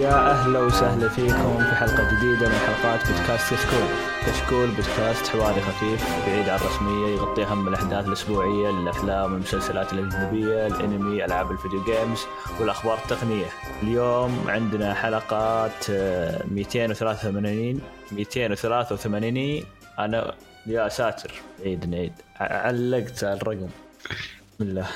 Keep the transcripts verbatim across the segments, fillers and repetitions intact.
يا أهلا وسهلا فيكم في حلقة جديدة من حلقات بودكاست كشكول. كشكول بودكاست حواري خفيف بعيد عن الرسمية، يغطي أهم الأحداث الأسبوعية للأفلام والمسلسلات الأجنبية، الأنمي، ألعاب الفيديو جيمز والأخبار التقنية. اليوم عندنا حلقات مئتين وثلاثة وثمانين مئتين وثلاثة وثمانين. أنا يا ساتر عيد نعيد علقت الرقم. بسم الله،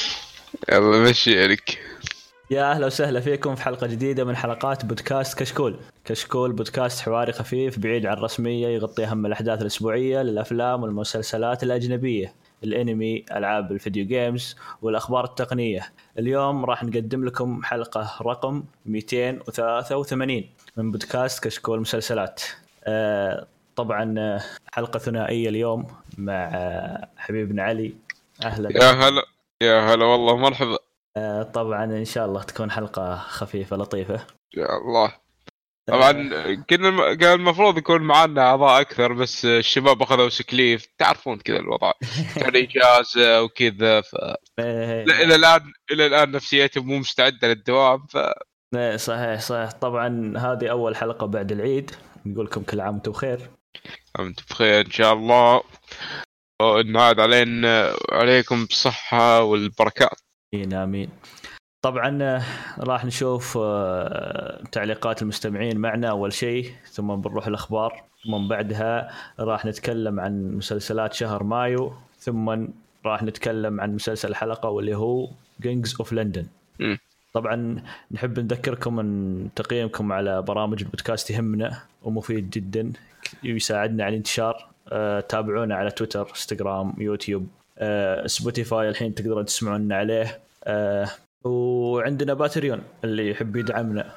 يلا مشي عليك. يا أهلا وسهلا فيكم في حلقة جديدة من حلقات بودكاست كشكول. كشكول بودكاست حواري خفيف بعيد عن الرسمية، يغطي أهم الأحداث الأسبوعية للأفلام والمسلسلات الأجنبية، الأنمي، ألعاب الفيديو جيمز والأخبار التقنية. اليوم راح نقدم لكم حلقة رقم مئتين وثلاثة وثمانين من بودكاست كشكول مسلسلات. آه طبعا حلقة ثنائية اليوم مع حبيبنا علي. أهلا يا هلا يا هلا والله مرحبا. آه طبعا إن شاء الله تكون حلقة خفيفة لطيفة يا الله. طبعا كنا كان المفروض يكون معنا أعضاء أكثر، بس الشباب أخذوا سكليف، تعرفون كذا الوضع، كان إجازة وكذا. ف لا إلى الآن إلى الآن نفسيتي مو مستعدة للدوام. ف صحيح صحيح. طبعا هذه أول حلقة بعد العيد، نقول لكم كل عام وانتم بخير. أنتم بخير إن شاء الله، ونعاد علينا عليكم بالصحة والبركات. آمين. طبعا راح نشوف تعليقات المستمعين معنا أول شيء، ثم بنروح الأخبار، ثم بعدها راح نتكلم عن مسلسلات شهر مايو، ثم راح نتكلم عن مسلسل الحلقة واللي هو Gangs of London. م. طبعا نحب نذكركم أن تقييمكم على برامج البودكاست يهمنا ومفيد جدا، يساعدنا على الانتشار. أه تابعونا على تويتر، انستغرام، يوتيوب، أه سبوتيفاي الحين تقدرون تسمعون عليه. أه وعندنا باتريون اللي يحب يدعمنا.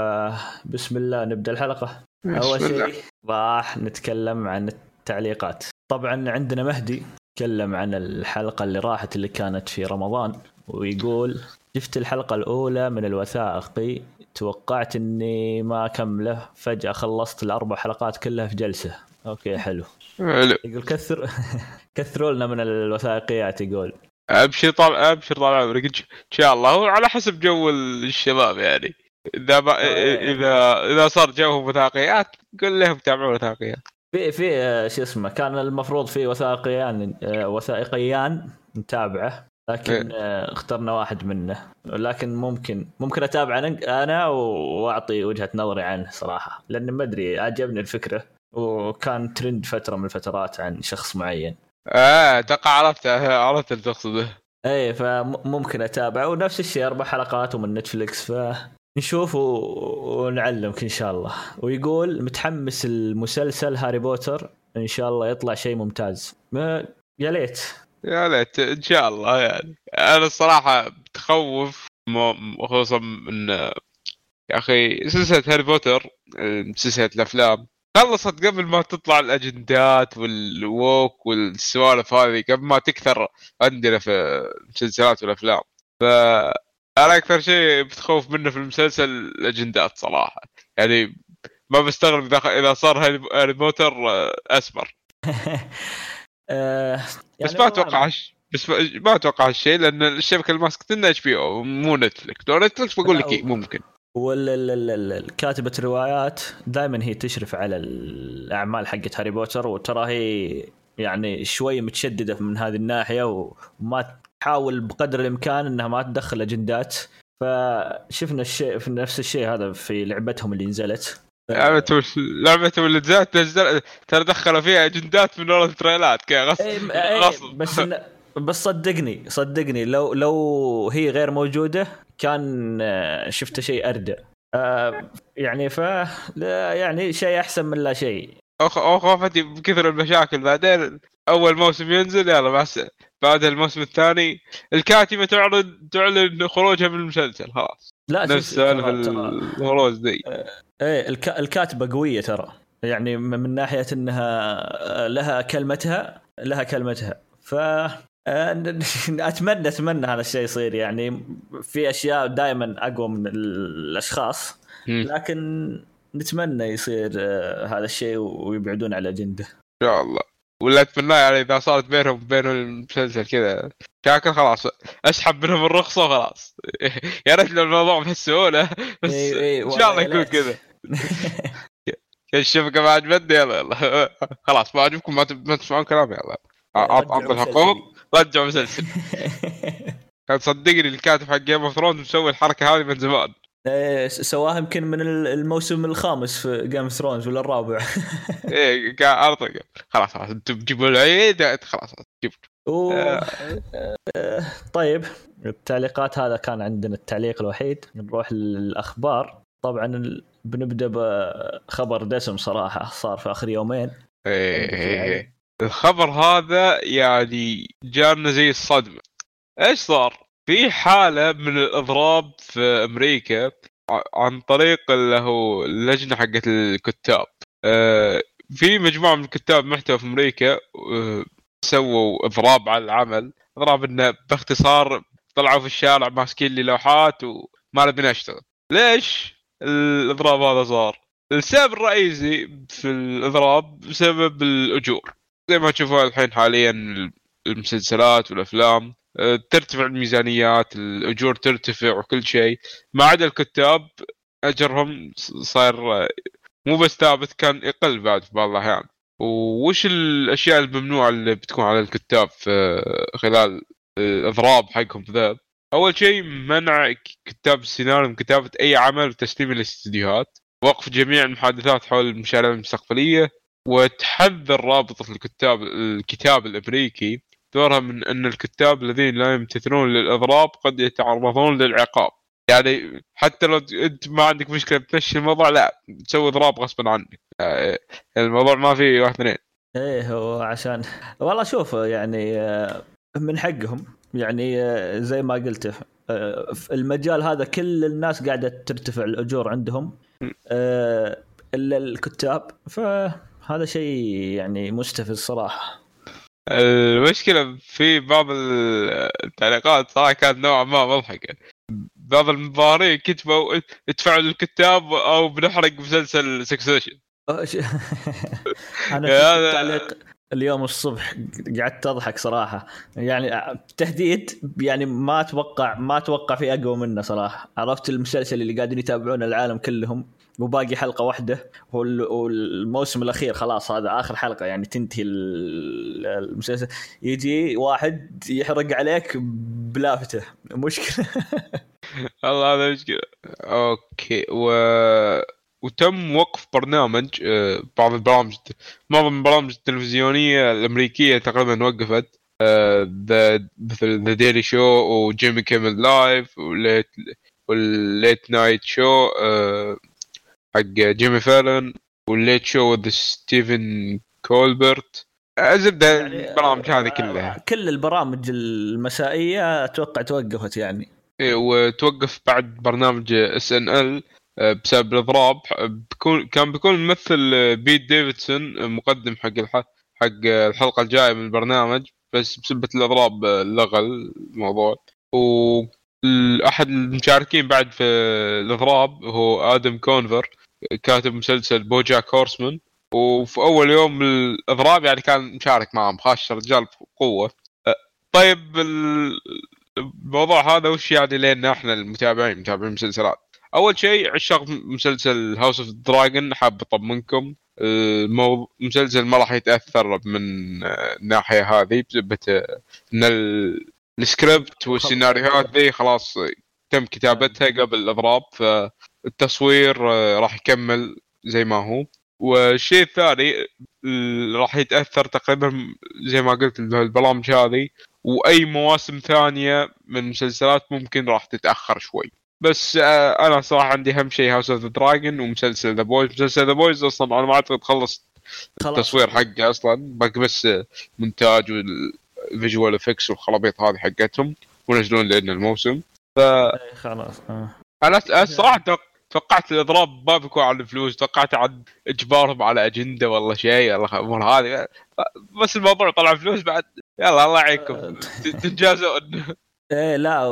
فبسم الله نبدأ الحلقة. أول شيء راح نتكلم عن التعليقات. طبعا عندنا مهدي تكلم عن الحلقة اللي راحت اللي كانت في رمضان، ويقول شفت الحلقة الأولى من الوثائقي، توقعت أني ما كمله، فجأة خلصت الأربع حلقات كلها في جلسة. أوكي حلو. يقول كثر كثروا لنا من الوثائقيات. يقول أبشر طال أبشر طال عمرك إن شاء الله، على حسب جو الشباب يعني. إذا ب... إذا إذا صار جو وثائقيات قل لهم تابعوا وثائقيات. في في شو اسمه، كان المفروض في وثائقيان وثائقيان نتابعه، لكن اخترنا واحد منه. لكن ممكن ممكن اتابع انا واعطي وجهة نظري عنه صراحة، لان ما ادري عجبني الفكرة وكان ترند فترة من الفترات عن شخص معين. اه تقع عرفت عرفت اللي تقصده. اي فممكن اتابع، ونفس الشيء اربع حلقات ومن نتفليكس، فنشوف ونعلمك ان شاء الله. ويقول متحمس المسلسل هاري بوتر، ان شاء الله يطلع شيء ممتاز. ما يا ليت يا ليت ان شاء الله. يعني انا الصراحه بتخوف خصوصا من يا اخي سلسله هاري بوتر، سلسله الافلام خلصت قبل ما تطلع الاجندات والووك والسوالف هذه، قبل ما تكثر عندنا في المسلسلات والافلام. فانا اكثر شيء بتخوف منه في المسلسل الاجندات صراحه. يعني ما بستغرب اذا صار هاري بوتر اسمر. بس ما اتوقع بس ما اتوقع هالشيء، لان الشبكه الماسكه لنا اتش بي او مو نتفلكس. لو نتفلكس بقول لك إيه ممكن. والكاتبة الروايات دائما هي تشرف على الاعمال حقت هاري بوتر، وترى هي يعني شوي متشدده من هذه الناحيه، وما تحاول بقدر الامكان انها ما تدخل اجندات. فشفنا الشيء في نفس الشيء هذا في لعبتهم اللي نزلت. لعبتهم لعبتهم اللي نزلت نزل ترى دخلوا فيها اجندات من ورا التريلات كذا غصب. غصب. بس بس صدقني صدقني لو لو هي غير موجوده كان شفت شيء اردى. آه يعني ف يعني شيء احسن من لا شيء. او خوفتي بكثر المشاكل بعدين. اول موسم ينزل يلا بس بعد الموسم الثاني الكاتبه تعلن تعلن خروجها من المسلسل خلاص. لا نفس الخروج دي. ايه الكاتبه قويه ترى، يعني من ناحيه انها لها كلمتها لها كلمتها ف اتمنى اتمنى هذا الشيء يصير. يعني في اشياء دائما اقوى من الاشخاص، لكن نتمنى يصير هذا الشيء ويبعدون على الاجنده ان شاء الله. ولا اتمنى يعني اذا صارت بينهم بين المسلسل كذا شاكر خلاص اسحب منهم الرخصه وخلاص. يا ريت لو الموضوع بهالسهوله بس اي اي ان شاء والله الله يا يكون ليت. كذا. الشبكه ما عجبتني يلا يلا خلاص ما عجبكم ما, ما تسمعون كلامي يلا رجعوا اعطوا الحقوق مسلسلي. رجعوا مسلسل. كان صدقني الكاتب حق جيم اوف ثرونز مسوي الحركه هذه من زمان. إيه، سواها يمكن من الموسم الخامس في جيم اوف ثرونز ولا الرابع. ايه كان ارطق خلاص خلاص انتم تجيبوا العيد خلاص جبت. و... آه. آه، طيب التعليقات هذا كان عندنا التعليق الوحيد. نروح للأخبار. طبعا ال- بنبدأ بخبر دسم صراحة صار في آخر يومين. ايه الخبر هذا يعني جانا زي الصدمة. ايش صار؟ في حالة من الإضراب في أمريكا ع- عن طريق اللي هو اللجنة حقت الكتاب. آه، في مجموعة من الكتاب محتوى في أمريكا آه، سووا إضراب على العمل. إضراب إنه باختصار طلعوا في الشارع ماسكين لي لوحات وما نبي نشتغل. ليش الإضراب هذا صار؟ السبب الرئيسي في الإضراب بسبب الأجور. زي ما تشوفوا الحين حاليا المسلسلات والأفلام ترتفع الميزانيات الأجور ترتفع وكل شيء ما عدا الكتاب أجرهم صار مو بس ثابت كان يقل بعد في بعض الأحيان. وش الأشياء الممنوعة اللي بتكون على الكتاب في خلال الإضراب حقهم ذا؟ أول شيء منع كتاب السيناريو من كتابة أي عمل وتسليم الاستديوهات. وقف جميع المحادثات حول المشاريع المستقبلية. وتحذر رابطة الكتاب الكتاب الأمريكي دورها من أن الكتاب الذين لا يمتثلون للإضراب قد يتعرضون للعقاب. يعني حتى لو أنت ما عندك مشكلة بتمشي الموضوع لا تسوي إضراب غصبا عنك. يعني الموضوع ما فيه واحد اثنين. ايه هو عشان والله شوف يعني من حقهم يعني زي ما قلت في المجال هذا كل الناس قاعدة ترتفع الأجور عندهم إلا الكتاب. فهذا شيء يعني مستفز صراحة. المشكلة في بعض التعليقات صراحة كانت نوعا ما مضحكة. بعض المبارين كتبوا ادفعوا للكتاب أو بنحرق مسلسل سكسيشن. أنا شفت التعليق اليوم الصبح قعدت أضحك صراحة. يعني تهديد يعني ما أتوقع ما أتوقع في أقوى منه صراحة. عرفت المسلسل اللي قاعدين يتابعون العالم كلهم وباقي حلقة واحدة والموسم الأخير خلاص هذا آخر حلقة يعني تنتهي المسلسل يجي واحد يحرق عليك بلافتة مشكلة. الله هذا مشكلة. أوكي و... وتم وقف برنامج بعض البرامج معظم البرامج التلفزيونية الأمريكية تقريبا وقفت ذا ذا ديلي شو وجيمي كيمل لايف وليت والليت نايت شو حق جيمي فالون والليت شو وذ ستيفن كولبرت. أزبده يعني البرامج هذه كلها كل البرامج المسائية أتوقع توقفت يعني. وتوقف بعد برنامج اس ان ال بسبب الاضراب. بيكون كان بيكون الممثل بيت ديفيدسون مقدم حق الح... حق الحلقه الجايه من البرنامج بس بسبب الاضراب لغى الموضوع. واحد المشاركين بعد في الاضراب هو ادم كونفر كاتب مسلسل بوجاك هورسمان. وفي اول يوم الاضراب يعني كان مشارك معهم خاش رجال بقوه. طيب الموضوع هذا وش يعني لنا احنا المتابعين متابعين المسلسلات؟ اول شيء عشاق مسلسل هاوس اوف دراجون حاب اطمنكم الموضوع مسلسل ما راح يتاثر من الناحيه هذه بسبب ان السكريبت والسيناريوهات ذي خلاص تم كتابتها قبل الاضراب فالتصوير راح يكمل زي ما هو. والشيء الثاني راح يتاثر تقريبا زي ما قلت البرامج هذه واي مواسم ثانيه من مسلسلات ممكن راح تتاخر شوي. بس انا صراحه عندي اهم شيء هاوس اوف ذا دراجون ومسلسل ذا بويز. مسلسل ذا بويز اصلا انا ما اعتقد خلص التصوير حقه اصلا باقي بس مونتاج والفيجوال افكس والخرابيط هذه حقتهم ونزلون لنا الموسم. ف خلاص آه. انا صراحه توقعت الاضراب ما بيكون على الفلوس توقعت عن اجبارهم على اجنده والله شيء الله امور هذه بس الموضوع طلع فلوس بعد يلا الله يعينكم تنجازون. ايه لا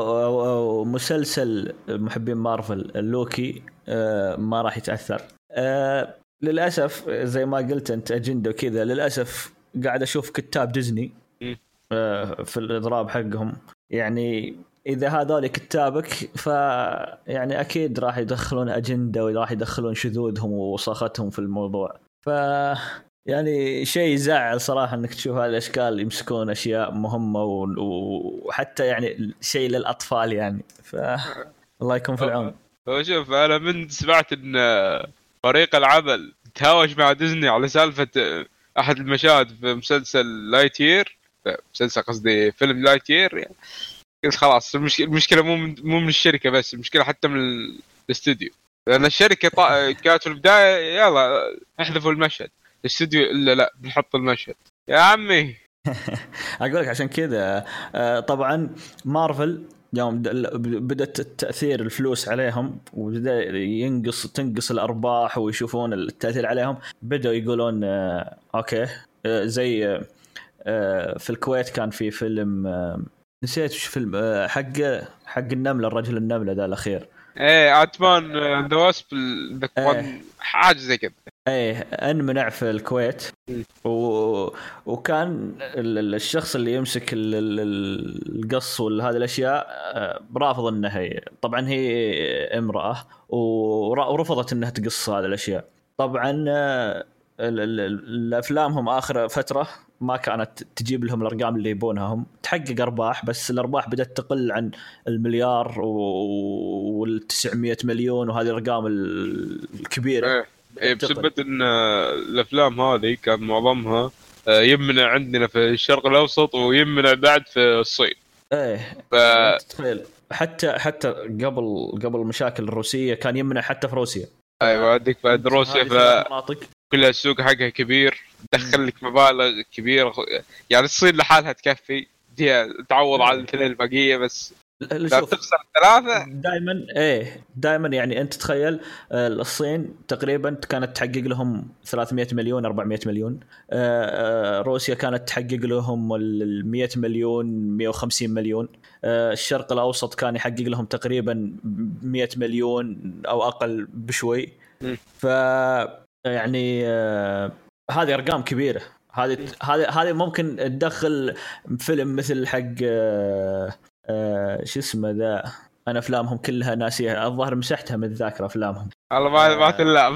مسلسل محبين مارفل اللوكي ما راح يتأثر للأسف زي ما قلت أنت أجندة وكذا للأسف قاعد اشوف كتاب ديزني آه في الاضراب حقهم، يعني اذا هذول كتابك ف يعني اكيد راح يدخلون اجنده وراح يدخلون شذوذهم وصاختهم في الموضوع. ف يعني شيء يزعل صراحه انك تشوف هذه الاشكال يمسكون اشياء مهمه وحتى يعني شيء للاطفال يعني. ف الله يكون في العون. شوف انا من سمعت ان فريق العمل تهاوش مع ديزني على سالفه احد المشاهد في مسلسل لايتير، مسلسل قصدي فيلم لايتير، يعني قلت خلاص المشكله مو من مو من الشركه بس، المشكله حتى من الاستوديو، لان الشركه طا... كانت في البدايه يلا احذفوا المشهد، الاستوديو الا لا بنحط المشهد يا عمي. اقول لك عشان كذا طبعا مارفل يوم بدأت تأثير الفلوس عليهم وبدأ ينقص تنقص الأرباح ويشوفون التأثير عليهم، بدأوا يقولون أوكي زي في الكويت كان في فيلم نسيت وش فيلم حق حق النملة الرجل النملة ذا الأخير، ايه اتمان ذا واسب حاجة زي كذا، ايه انمنع في الكويت و... وكان الشخص اللي يمسك القص وهذه الاشياء رافض انها هي. طبعا هي امرأة ورفضت انها تقص هذه الاشياء. طبعا الافلامهم اخر فترة ما كانت تجيب لهم الارقام اللي يبونها هم، تحقق ارباح بس الارباح بدأت تقل عن المليار والتسعمية مليون وهذه الارقام الكبيرة. إيه بسبب ان الافلام هذه كان معظمها يمنع عندنا في الشرق الاوسط ويمنع بعد في الصين. ايه ف... تخيل حتى حتى قبل قبل المشاكل الروسيه كان يمنع حتى في روسيا. ايوه هذيك بعد روسيا ف كل السوق حقها كبير، دخل لك مبالغ كبيره، يعني الصين لحالها تكفي دي تعوض على الاثنين البقيه، بس لا تخسر ثلاثة دائما. ايه دائما يعني انت تخيل الصين تقريبا كانت تحقق لهم ثلاثمية مليون أربعمية مليون، روسيا كانت تحقق لهم المية مليون مية وخمسين مليون، الشرق الاوسط كان يحقق لهم تقريبا مية مليون او اقل بشوي. ف يعني هذه ارقام كبيره، هذه هذه هذه ممكن تدخل فيلم مثل حق آه شو اسمه ذا، انا افلامهم كلها ناسيها الظاهر مسحتها من الذاكره افلامهم والله ما ما تلعب.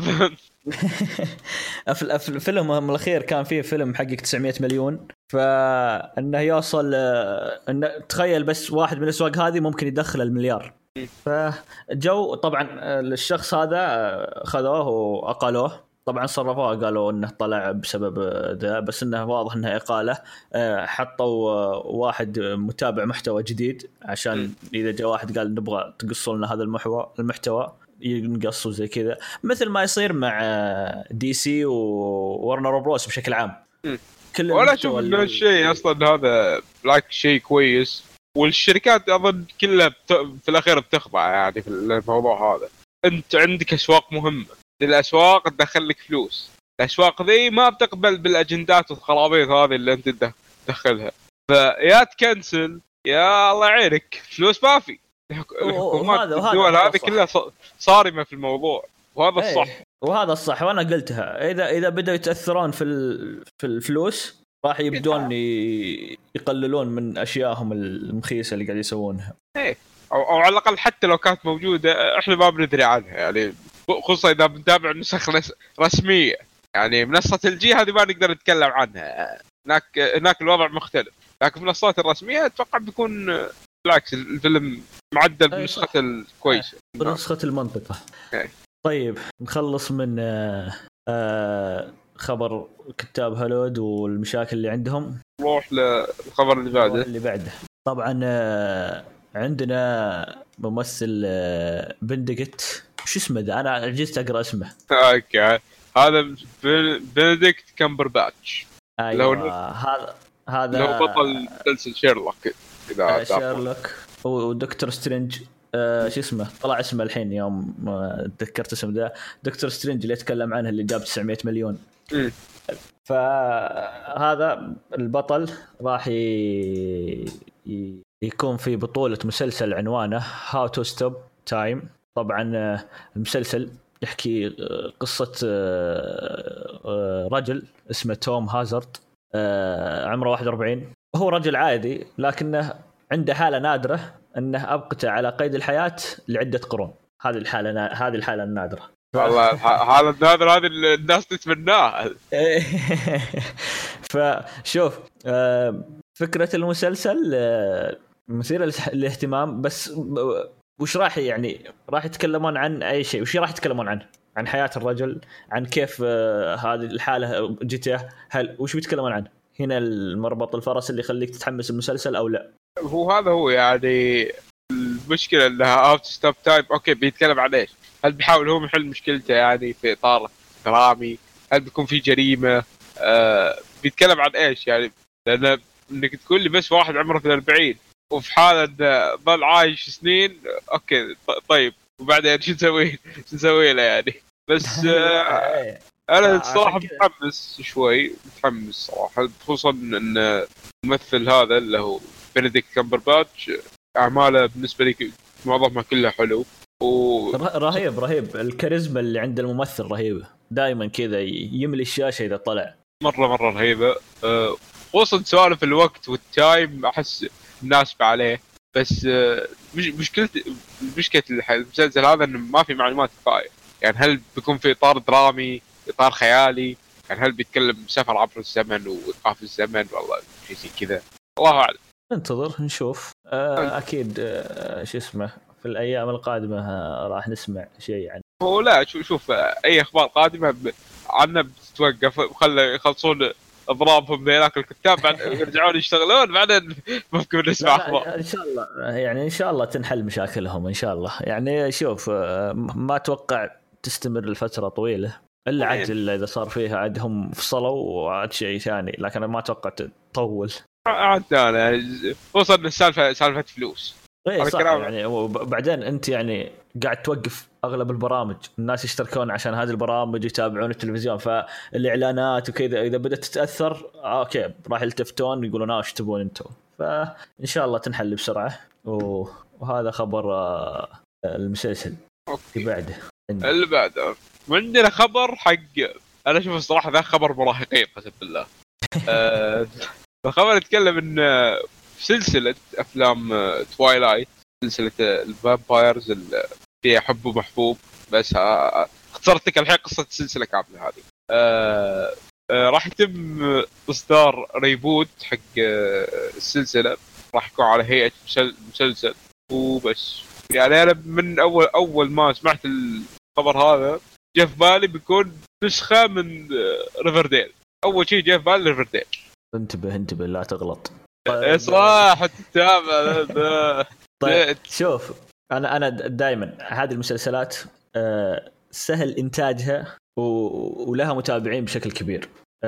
فيلمهم الاخير كان فيه فيلم حقق تسعمية مليون، فانه يوصل انه تخيل بس واحد من الاسواق هذه ممكن يدخل المليار. فجو طبعا الشخص هذا خذوه واقالوه، طبعا صرفوه قالوا انه طلع بسبب ذا، بس انه واضح انها اقاله. حطوا واحد متابع محتوى جديد عشان اذا جاء واحد قال نبغى تقصوا لنا هذا المحتوى المحتوى ينقصوا زي كذا، مثل ما يصير مع دي سي وورنر بروس بشكل عام. كل ولا شوف انه الشيء اصلا هذا لايك شيء كويس، والشركات اظن كلها بت... في الاخير بتخضع يعني في الموضوع هذا. انت عندك اسواق مهمه، الاسواق تدخل لك فلوس، الاسواق ذي ما بتقبل بالاجندات والخرابيط هذه اللي انت تدخلها، فيا تكنسل يا الله يعينك فلوس ما في. الحكومات الدول هذه كلها صارمه في الموضوع، وهذا الصح. وهذا الصح، وانا قلتها اذا اذا بدأوا يتاثرون في في الفلوس راح يبدون يقللون من اشياءهم المخيسه اللي قاعد يسوونها. ايه او او على الاقل حتى لو كانت موجوده احنا ما بندري عنها، يعني خصوصا اذا بنتابع نسخ رسميه. يعني منصه الجي هذه ما نقدر نتكلم عنها، هناك هناك الوضع مختلف، لكن المنصات الرسميه اتوقع بيكون بالعكس الفيلم معدل بنسخه الكويسه، بنسخه المنطقه. أي. طيب نخلص من آآ آآ خبر كتاب هولود والمشاكل اللي عندهم، نروح للخبر اللي بعده اللي بعده طبعا عندنا ممثل بنديكت، شو اسمه ده انا عجزت اقرا اسمه. اوكي هذا بنديكت كامبرباتش. ايوه هذا هذا لو بطل مسلسل شيرلوك اذا شيرلوك ودكتور سترينج. آه شو اسمه طلع اسمه الحين يوم تذكرت اسم ذا، دكتور سترينج اللي يتكلم عنه اللي جاب تسعمية مليون. م. فهذا البطل راح ي... يكون في بطولة مسلسل عنوانه How to Stop Time. طبعا المسلسل يحكي قصة رجل اسمه توم هازارد، آه عمره واحد وأربعين، هو رجل عادي لكنه عنده حالة نادرة أنه أبقته على قيد الحياة لعدة قرون. هذه الحالة هذه الحالة النادرة والله هذا النادر هذه الناس تتمناه. فشوف فكرة المسلسل مثيرة للاهتمام، بس وش راح يعني راح يتكلمون عن أي شيء؟ وش راح يتكلمون عنه؟ عن حياة الرجل، عن كيف هذه الحالة جته، هل وش بيتكلمون عنه؟ هنا المربط الفرس اللي يخليك تتحمس المسلسل أو لا. هو هذا هو يعني المشكلة انها اوت ستوب تايم. اوكي بيتكلم عن ايش؟ هل بيحاول هو يحل مشكلته يعني في اطار درامي؟ هل بيكون في جريمة؟ آه بيتكلم عن ايش يعني؟ لان انك تقول لي بس واحد عمره في الأربعين وفي حالة ظل عايش سنين، اوكي طيب وبعدين شو نسوي شو نسوي له يعني؟ بس آه انا الصراحة متحمس شوي، متحمس صراحة، خصوصا ان الممثل هذا اللي هو بنديكت كامبرباتش اعماله بالنسبة لي معظمها كلها حلو و... رهيب رهيب الكاريزما اللي عند الممثل رهيبة، دائما كذا يملي الشاشة إذا طلع، مرة مرة رهيبة. أه خصوصا سوالف الوقت والتايم أحس مناسبة عليه. بس أه مش مشكلة مشكلة المسلسل هذا إنه ما في معلومات كفاية. يعني هل بيكون في إطار درامي، إطار خيالي؟ يعني هل بيتكلم سفر عبر الزمن وإيقاف الزمن والله شيء زي كذا؟ الله أعلم. ننتظر نشوف. أه أكيد أه شو اسمه في الأيام القادمة راح نسمع شيء يعني. هو لا شوف شوف أي أخبار قادمة عنا بتتوقف وخلى يخلصون اضرابهم بينك الكتاب بعد يرجعون يشتغلون بعدين ممكن نسمع اخبار ان شاء الله. يعني ان شاء الله تنحل مشاكلهم ان شاء الله. يعني شوف ما اتوقع تستمر لفتره طويله الا عجل اذا صار فيها عندهم فصلوا وعاد شيء ثاني، لكن ما اتوقع تطول عاد. انا وصلنا السالفه سالفه فلوس. ايه صح يعني. وبعدين انت يعني قاعد توقف اغلب البرامج، الناس يشتركون عشان هذه البرامج يتابعون التلفزيون، فالاعلانات وكذا اذا بدات تتاثر اوكي راح يلتفتون يقولون اه ايش تبون انتم. فان شاء الله تنحل بسرعه. وهذا خبر المسلسل. اللي بعده اللي بعده وعندنا خبر حق انا اشوف الصراحه ذا خبر مراهقين قسم بالله. آه الخبر يتكلم ان سلسله افلام توايلايت، سلسله الفامبايرز اللي فيها حب ومحبوب، بس اختصرت لك الحين قصه السلسله كامله هذه. آه آه راح يتم اصدار ريبوت حق السلسله، راح يكون على هيئه مسلسل وبس. يعني انا من اول اول ما سمعت الخبر هذا جاء في بالي بيكون نسخه من ريفرديل. اول شيء جاء في بالي ريفرديل. انتبه انتبه لا تغلط. طيب صراحه تتابع. طيب شوف انا انا دائما هذه المسلسلات سهل انتاجها ولها متابعين بشكل كبير.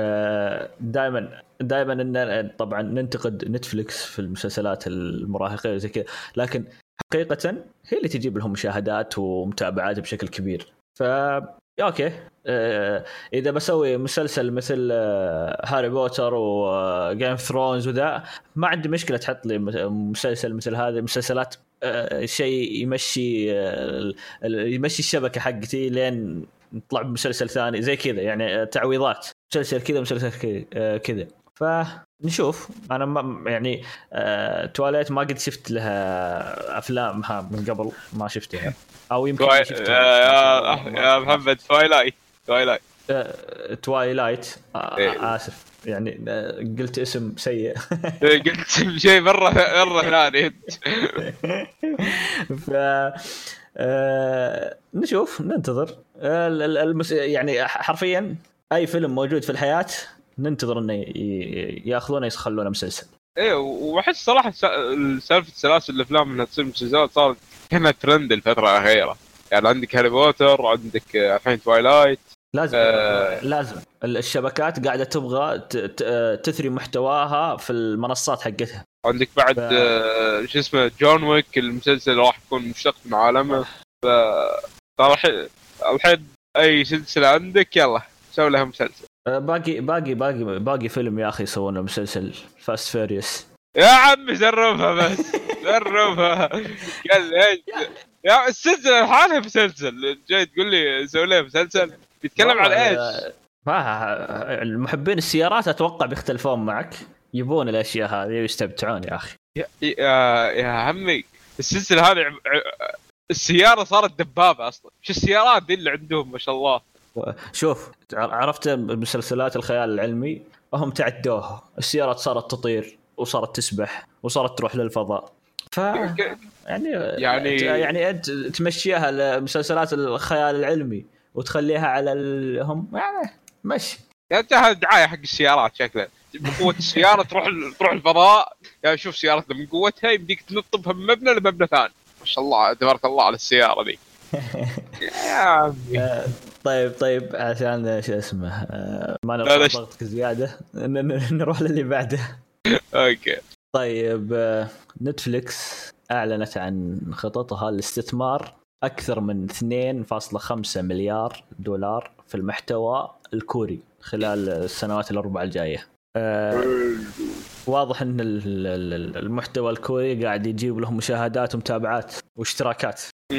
دائما دائما ان طبعا ننتقد نتفليكس في المسلسلات المراهقه زي كذا، لكن حقيقه هي اللي تجيب لهم مشاهدات ومتابعات بشكل كبير. ف اوكي اذا بسوي مسلسل مثل هاري بوتر وجيم اوف ثرونز وذا ما عندي مشكله تحط لي مسلسل مثل هذه المسلسلات، شيء يمشي يمشي الشبكه حقتي لين نطلع بمسلسل ثاني زي كذا، يعني تعويضات مسلسل كذا مسلسل كذا. فنشوف. انا ما يعني آه تواليت ما قد شفت لها افلامها من قبل، ما شفتها او يمكن توي... شفتها يا, يا محمد توايلايت توايلايت آه توايلايت آه إيه. اسف يعني آه قلت اسم سيء. قلت شيء مره مره ثاني. ف آه نشوف ننتظر آه المس... يعني حرفيا اي فيلم موجود في الحياه ننتظر انه ياخذونه يخلونه مسلسل. ايه واحس صراحه سالفه سلاسل الافلام انها تصير مسلسلات صارت هنا ترند الفتره الاخيره. يعني عندك هاري بوتر، عندك الحين توايلايت. لازم آه لازم الشبكات قاعده تبغى تثري محتواها في المنصات حقتها. عندك بعد ف... آه شو اسمه جون ويك المسلسل راح يكون مشتق من عالمه. ف الحين الحين اي سلسله عندك يلا سوي لها مسلسل. باقي باقي باقي باقي فيلم يا اخي يسوونه مسلسل فاست فيريوس. يا عم جربها بس جربها. قال ايش يا السلسله لحالها مسلسل جاي تقول لي سوي لها مسلسل بيتكلم عن ايش؟ ما المحبين السيارات اتوقع بيختلفون معك، يبون الاشياء هذه ويستمتعون يا اخي. يا يا, يا عمي السلسله هذه ع- ع- السياره صارت دبابه اصلا، شو السيارات دي اللي عندهم ما شاء الله. شوف عرفت مسلسلات الخيال العلمي هم تعدوها، السيارات صارت تطير وصارت تسبح وصارت تروح للفضاء. ف يعني يعني يعني انت تمشيها لمسلسلات الخيال العلمي وتخليها على ال... هم يعني مشي. يعني هذا دعايه حق السيارات شكله، بقوه السياره تروح تروح الفضاء. يعني شوف سيارتنا من قوتها يمديك تنطبها من مبنى لمبنى ثاني. ما شاء الله تبارك الله على السياره دي. يا عمي طيب طيب عشان شو اسمه ما نرفع ضغطك زياده نروح للي بعده. اوكي طيب نتفليكس اعلنت عن خططها للاستثمار اكثر من اثنين فاصلة خمسة مليار دولار في المحتوى الكوري خلال السنوات الاربع الجايه. أه واضح ان المحتوى الكوري قاعد يجيب لهم مشاهدات ومتابعات واشتراكات،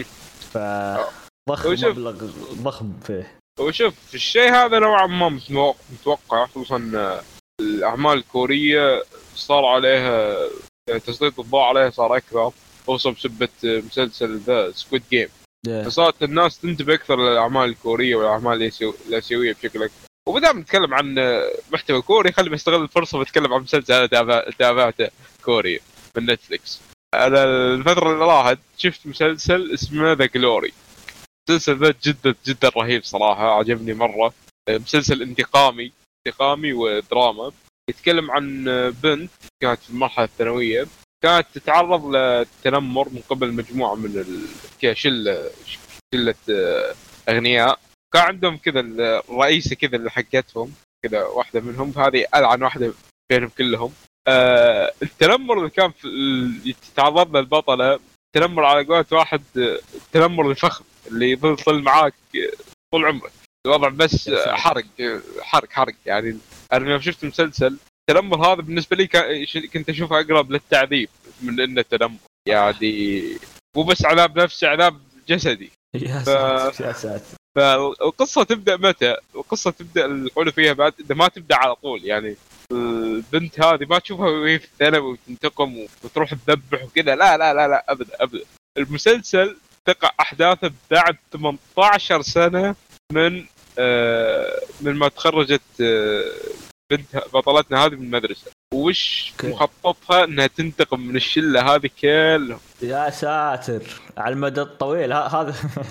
فضخم مبلغ ضخم فيه. وشوف الشيء هذا نوعا ما متوقع، خصوصا الاعمال الكوريه صار عليها تسليط الضوء عليها صار اكثر، خصوصا بسبه مسلسل ذا سكويد جيم. فصارت الناس تنتبه اكثر للاعمال الكوريه والاعمال الاسيويه بشكل اكبر. وبدام نتكلم عن محتوى كوري خلي بستغل الفرصه بتكلم عن مسلسل انا تابعته كوري من نتفليكس. انا الفتره اللي راحت شفت مسلسل اسمه ذا جلوري. المسلسل ذا جدا جدا رهيب صراحه، عجبني مره. مسلسل انتقامي انتقامي ودراما، يتكلم عن بنت كانت في المرحله الثانويه، كانت تتعرض للتنمر من قبل مجموعه من الشله شله اغنياء. كان عندهم كذا الرئيسه كذا اللي حقتهم كذا، واحده منهم هذه ألعن واحده بينهم كلهم. آه التنمر اللي كان في تتعرض له البطله تنمر على قولة واحد، التنمر الفخم اللي يظل معاك طول عمرك. الوضع بس حرق حرق حرق يعني. انا لما شفت مسلسل التنمر هذا بالنسبه لي كنت اشوفه اقرب للتعذيب من انه تنمر يعني، مو بس عذاب نفسي، عذاب جسدي. يا ساتر يا ساتر. فالقصه تبدا متى؟ القصه تبدا الحلو فيها بعد اذا ما تبدا على طول يعني. البنت هذه ما تشوفها وهي في الثانوي وتنتقم وتروح تذبح وكذا، لا لا لا لا ابدا ابدا. المسلسل تقع احداثه بعد ثمانية عشر سنه من آه من ما تخرجت آه بنت بطلتنا هذه من المدرسه، وش مخططها انها تنتقم من الشله هذه كلهم. يا ساتر على المدى الطويل، هذا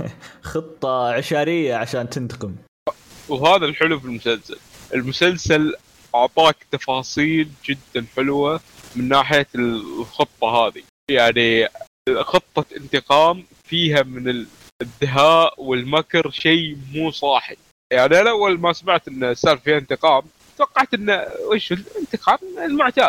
خطه عشريه عشان تنتقم. وهذا الحلو في المسلسل، المسلسل اعطاك تفاصيل جدا حلوه من ناحيه الخطه هذه. يعني خطه انتقام فيها من الدهاء والمكر شيء مو صاحي. يعني انا اول ما سمعت ان صار فيها انتقام توقعت انه وش الانتقام المعتاد،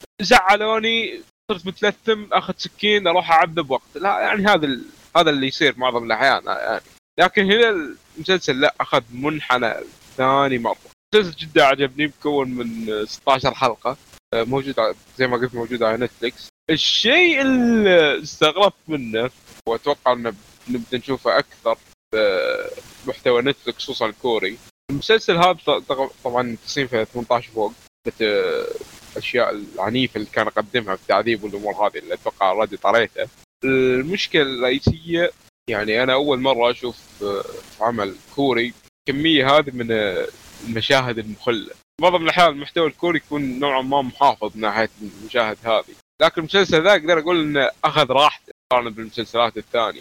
زعلوني صرت متلثم اخذ سكين اروح اعذب وقت. لا يعني هذا ال... هذا اللي يصير معظم الاحيان يعني. لكن هنا المسلسل لا، اخذ منحنى ثاني مره. المسلسل جدا عجبني، مكون من ستة عشر حلقه، موجود زي ما قلت موجود على نتفليكس. الشيء اللي استغربت منه واتوقع انه نبدا نشوفه اكثر بمحتوى نتفليكس خصوصا الكوري، المسلسل هذا طبعا تصنيفه ثمانية عشر فوق، الاشياء العنيفه اللي كان يقدمها في التعذيب والامور هذه اللي اتوقع ردي طريقته. المشكله الرئيسيه يعني انا اول مره اشوف عمل كوري كميه هذه من المشاهد المخله. معظم الاحيان المحتوى الكوري يكون نوعا ما محافظ من ناحيه المشاهد هذه، لكن المسلسل ذا اقدر اقول انه اخذ راحته مقارنه بالمسلسلات الثانيه.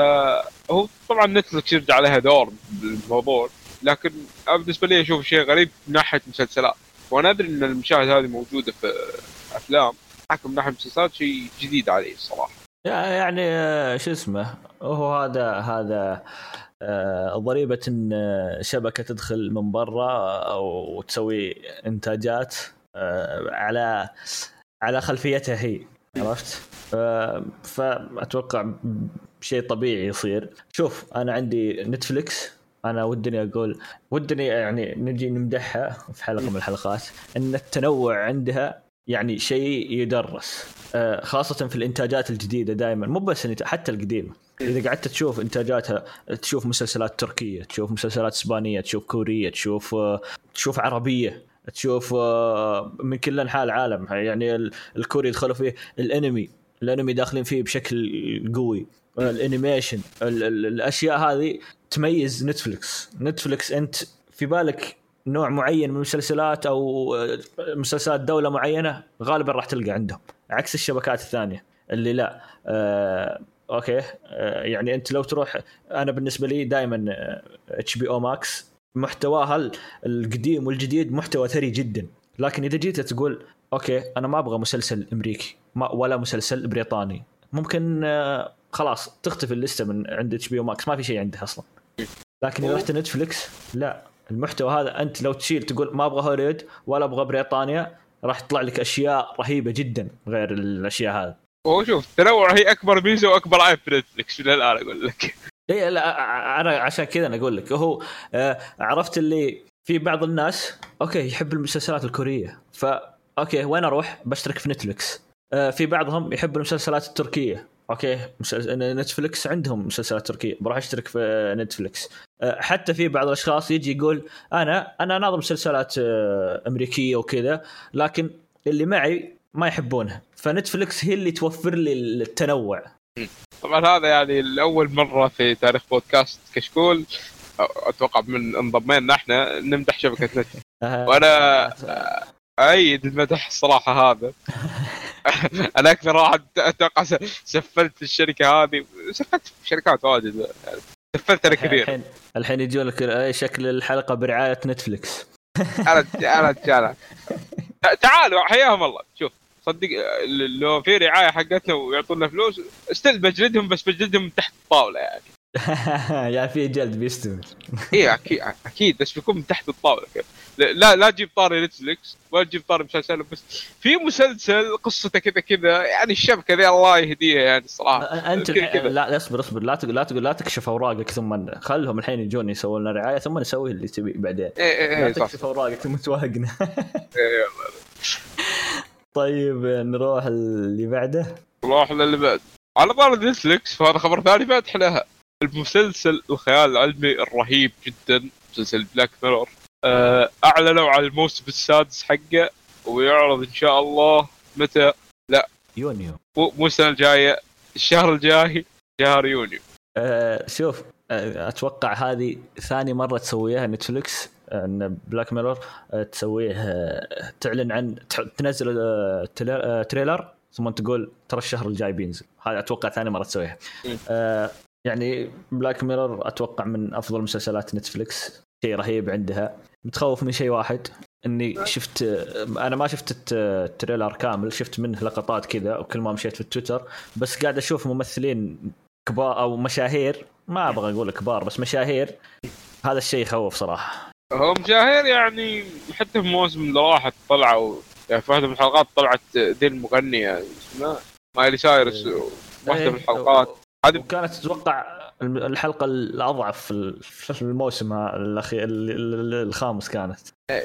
فهو طبعا نتفلكس يرجع عليها دور بالموضوع، لكن بالنسبه لي اشوف شيء غريب من ناحيه المسلسلات. وانا ادري ان المشاهد هذه موجوده في افلام، لكن من ناحيه المسلسلات شيء جديد علي الصراحه. يعني شو اسمه هو هذا هذا ضريبه ان شبكه تدخل من برا وتسوي انتاجات على على خلفيتها هي، عرفت؟ فاتوقع شيء طبيعي يصير. شوف انا عندي نتفليكس، انا ودني اقول ودني يعني نجي نمدحها في حلقه من الحلقات ان التنوع عندها يعني شيء يدرس، خاصة في الإنتاجات الجديدة دائما، مو بس حتى القديمة. إذا قعدت تشوف إنتاجاتها، تشوف مسلسلات تركية، تشوف مسلسلات إسبانية، تشوف كورية، تشوف تشوف عربية، تشوف من كل أنحاء العالم. يعني الكوري يدخلوا فيه الأنمي، الأنمي داخلين فيه بشكل قوي، الأنيميشن، الأشياء هذه تميز نتفليكس. نتفليكس أنت في بالك نوع معين من المسلسلات أو مسلسلات دولة معينة غالبا راح تلقى عندهم، عكس الشبكات الثانية اللي لا. آه، أوكي، آه، يعني أنت لو تروح، أنا بالنسبة لي دائما اتش بي او ماكس محتواها القديم والجديد محتوى ثري جدا. لكن إذا جيت تقول أوكي أنا ما أبغى مسلسل أمريكي ما ولا مسلسل بريطاني، ممكن آه خلاص تختفي الليستة من عند اتش بي او ماكس، ما في شيء عنده أصلا. لكن إذا رحت نتفليكس لا، المحتوى هذا أنت لو تشيل تقول ما أبغى هوليوود ولا أبغى بريطانيا، راح تطلع لك أشياء رهيبة جدا غير الأشياء هذه. هو شوف التنوع هي أكبر ميزة وأكبر عيب في نتفليكس الآن أقول لك. إيه لا، أنا عشان كذا أنا أقول لك هو آه عرفت اللي في بعض الناس أوكي يحب المسلسلات الكورية، فأوكي وين أروح؟ بشترك في نتفليكس. آه في بعضهم يحب المسلسلات التركية، اوكي نتفليكس عندهم مسلسلات تركية، بروح اشترك في نتفليكس. حتى في بعض الاشخاص يجي يقول انا انا ناظر مسلسلات امريكيه وكذا، لكن اللي معي ما يحبونها، فنتفليكس هي اللي توفر لي التنوع. طبعا هذا يعني الاول مره في تاريخ بودكاست كشكول اتوقع من انضمينا احنا نمدح شبكه نتفليكس، وانا ايد المدح الصراحه هذا. انا اكثر واحد اتوقع سفلت الشركه هذه، سفلت شركات واجد يعني، سفلت انا كثير. الحين الحين يجون لك اي شكل الحلقه برعايه نتفليكس. انا انا تعال تعالوا حياهم الله. شوف صدق لو في رعايه حقتنا ويعطونا فلوس استل بجلدهم، بس بجلدهم تحت الطاوله يعني. يعني في جلد بيستمر. ايه اكيد اكيد، بس بيكون من تحت الطاوله كده. لا لا تجيب طاري نتفليكس ولا تجيب طاري مسلسل، بس في مسلسل قصته كذا كذا يعني الشبكه ذي الله يهديها يعني الصراحه. انت لا اصبر اصبر لا تقول لا تقول لا تكشف اوراقك ثم خلهم الحين يجون يسوون لنا رعايه ثم نسوي اللي تبي بعدين. إيه إيه لا تكشف اوراقك ثم توهقنا. إيه. طيب نروح اللي بعده. نروح للي بعد على طار نتفليكس، فهذا خبر ثاني فاتح لها. المسلسل الخيال العلمي الرهيب جدا مسلسل بلاك ميرور اعلنوا على الموسم السادس حقه، ويعرض ان شاء الله متى؟ لا يونيو، مو السنه الجايه، الشهر الجاي شهر يونيو. أه شوف أه اتوقع هذه ثاني مره تسويها نتفليكس، ان بلاك ميرور أه تسويه أه تعلن عن تنزل أه تريلر ثم تقول ترى الشهر الجاي بينزل. هذا اتوقع ثاني مره تسويها. أه يعني بلاك ميرور اتوقع من افضل مسلسلات نتفليكس، شيء رهيب عندها. متخوف من شيء واحد، اني شفت انا ما شفت التريلر كامل، شفت منه لقطات كذا وكل ما مشيت في التويتر، بس قاعد اشوف ممثلين كبار او مشاهير، ما ابغى اقول كبار بس مشاهير، هذا الشيء يخوف صراحه. هم مشاهير يعني، حتى في موسم اللي راحت طلعوا يعني في واحده من الحلقات طلعت ذي المغنيه اسمها مايلي سايرس، واحده من الحلقات هذه كانت تتوقع الحلقة الأضعف في الموسم الأخير الخامس كانت.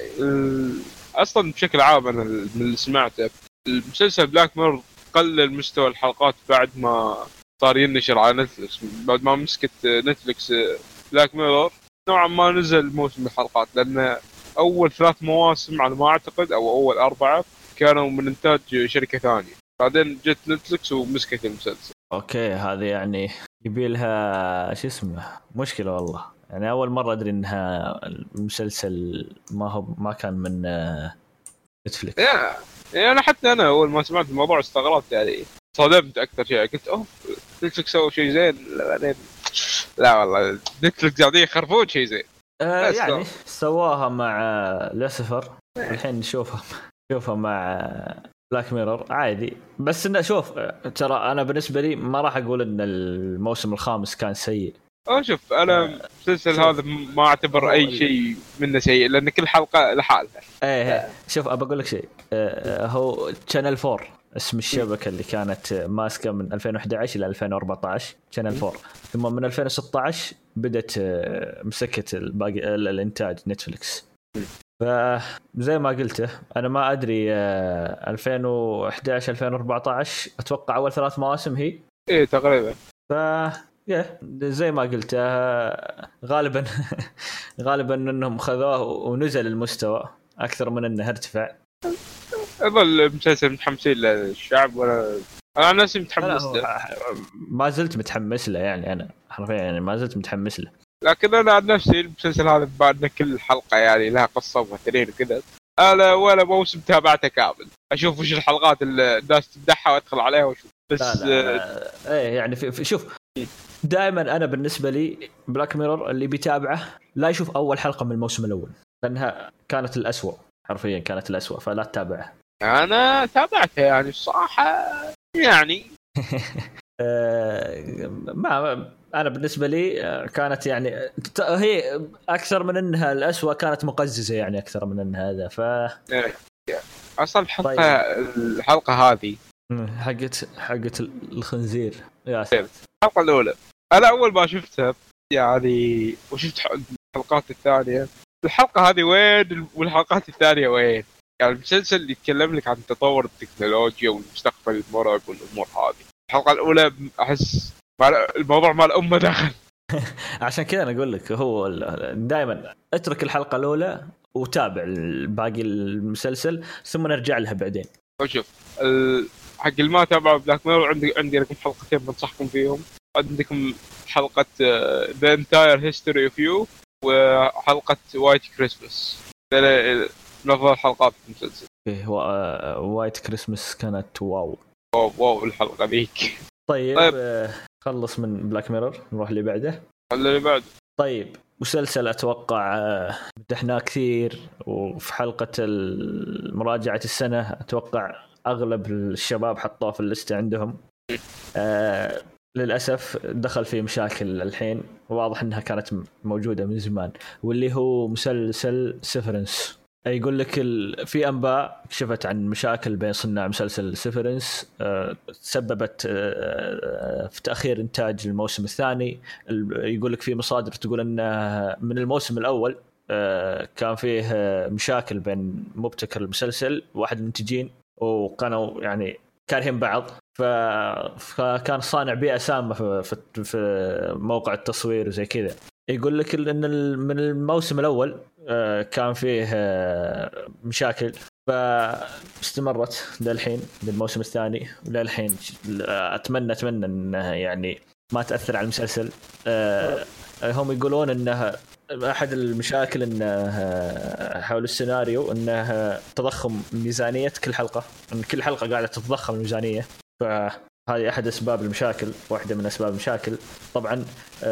أصلاً بشكل عام أنا من اللي سمعته المسلسل بلاك ميرور قلل مستوى الحلقات بعد ما صار ينشر على نتفليكس، بعد ما مسكت نتفليكس بلاك ميرور نوعاً ما نزل موسم الحلقات، لأن أول ثلاث مواسم على ما أعتقد أو أول أربعة كانوا من إنتاج شركة ثانية، بعدين جت نتفليكس ومسكت المسلسل. اوكي هذه يعني يبي لها شو اسمه مشكله والله، يعني اول مره ادري انها المسلسل ما هو ما كان من نتفليكس. يعني انا حتى انا اول ما سمعت الموضوع استغربت يعني، صدمت اكثر شيء، قلت اوه نتفليكس سووا شيء زين، بعدين لا والله نتفليكس قاعدين يخرفون شيء زين. آه يعني سواها مع لوسيفر، الحين نشوفها نشوفها مع بلاك ميرور عادي. بس انه شوف ترى انا بالنسبه لي ما راح اقول ان الموسم الخامس كان سيء. اه شوف انا المسلسل هذا ما اعتبر اي شيء منه سيء، لان كل حلقه لحالها. ايه شوف ابى اقول لك شيء، هو شانل فور اسم الشبكه اللي كانت ماسكه من ألفين وإحدى عشر الى ألفين وأربعة عشر، شانل فور، ثم من ألفين وستة عشر بدت مسكت الباقي الانتاج نتفليكس. فزي ما قلته انا ما ادري ألفين وإحدى عشر ألفين وأربعة عشر اتوقع اول ثلاث مواسم هي ايه تقريبا. ف يا زي ما قلت غالبا غالبا انهم خذوه ونزل المستوى اكثر من انه ارتفع. اظل مسلسل متحمسين للشعب ولا انا عن نفسي متحمس له؟ ما زلت متحمس له يعني انا حرفيا يعني ما زلت متحمس له. لكن انا عن نفسي المسلسل هذا بعد كل حلقه يعني لها قصه وممثلين وكذا، انا ولا موسم تابعته كامل، اشوف وش الحلقات اللي الناس تمدحها وادخل عليها واشوف بس. لا لا لا. ايه يعني في, في شوف دائما انا بالنسبه لي بلاك ميرور اللي بيتابعه لا يشوف اول حلقه من الموسم الاول لانها كانت الأسوأ، حرفيا كانت الأسوأ، فلا تتابعها. انا تابعتها يعني الصراحه يعني ما انا بالنسبه لي كانت يعني هي اكثر من انها الأسوأ كانت مقززه يعني اكثر من ان هذا. ف اصلا حتى طيب. الحلقه هذه حقت حقت الخنزير يا ساتر الحلقه الاولى انا اول ما شفتها يعني وشفت الحلقات الثانيه، الحلقه هذه وين والحلقات الثانيه وين؟ يعني المسلسل اللي يتكلم لك عن تطور التكنولوجيا والمستقبل المرعب والامور هذه، الحلقه الاولى احس الموضوع مال الامه داخل. عشان كذا انا اقول لك هو دائما اترك الحلقه الاولى وتابع باقي المسلسل ثم نرجع لها بعدين. شوف حق الما تابعوا بلاك ميرور عندي عندي لكم حلقتين بنصحكم فيهم. عندكم حلقه The Entire History of You وحلقه White Christmas، من افضل الحلقات في المسلسل. ايه وايت كريسمس كانت واو واو واو الحلقه ذيك. طيب, طيب. خلص من بلاك ميرور نروح اللي بعده. اللي بعده طيب مسلسل اتوقع مدحناه كثير وفي حلقه مراجعه السنه اتوقع اغلب الشباب حطوه في الليسته عندهم. آه للاسف دخل في مشاكل الحين واضح انها كانت موجوده من زمان، واللي هو مسلسل سيفرنس. يقول لك في انباء كشفت عن مشاكل بين صناع مسلسل سيفرنس أه تسببت أه في تاخير انتاج الموسم الثاني. يقول لك في مصادر تقول ان من الموسم الاول أه كان فيه مشاكل بين مبتكر المسلسل وواحد المنتجين وكانوا يعني كارهين بعض، فكان صانع بيئه سامه في, في موقع التصوير وزي كذا. يقول لك ان من الموسم الاول كان فيه مشاكل فاستمرت للحين للموسم الثاني وللحين. اتمنى اتمنى انها يعني ما تاثر على المسلسل. هم يقولون انها احد المشاكل انه حول السيناريو انه تضخم ميزانيه كل حلقه، ان كل حلقه قاعده تتضخم الميزانيه، فهذه احد اسباب المشاكل، واحده من اسباب المشاكل. طبعا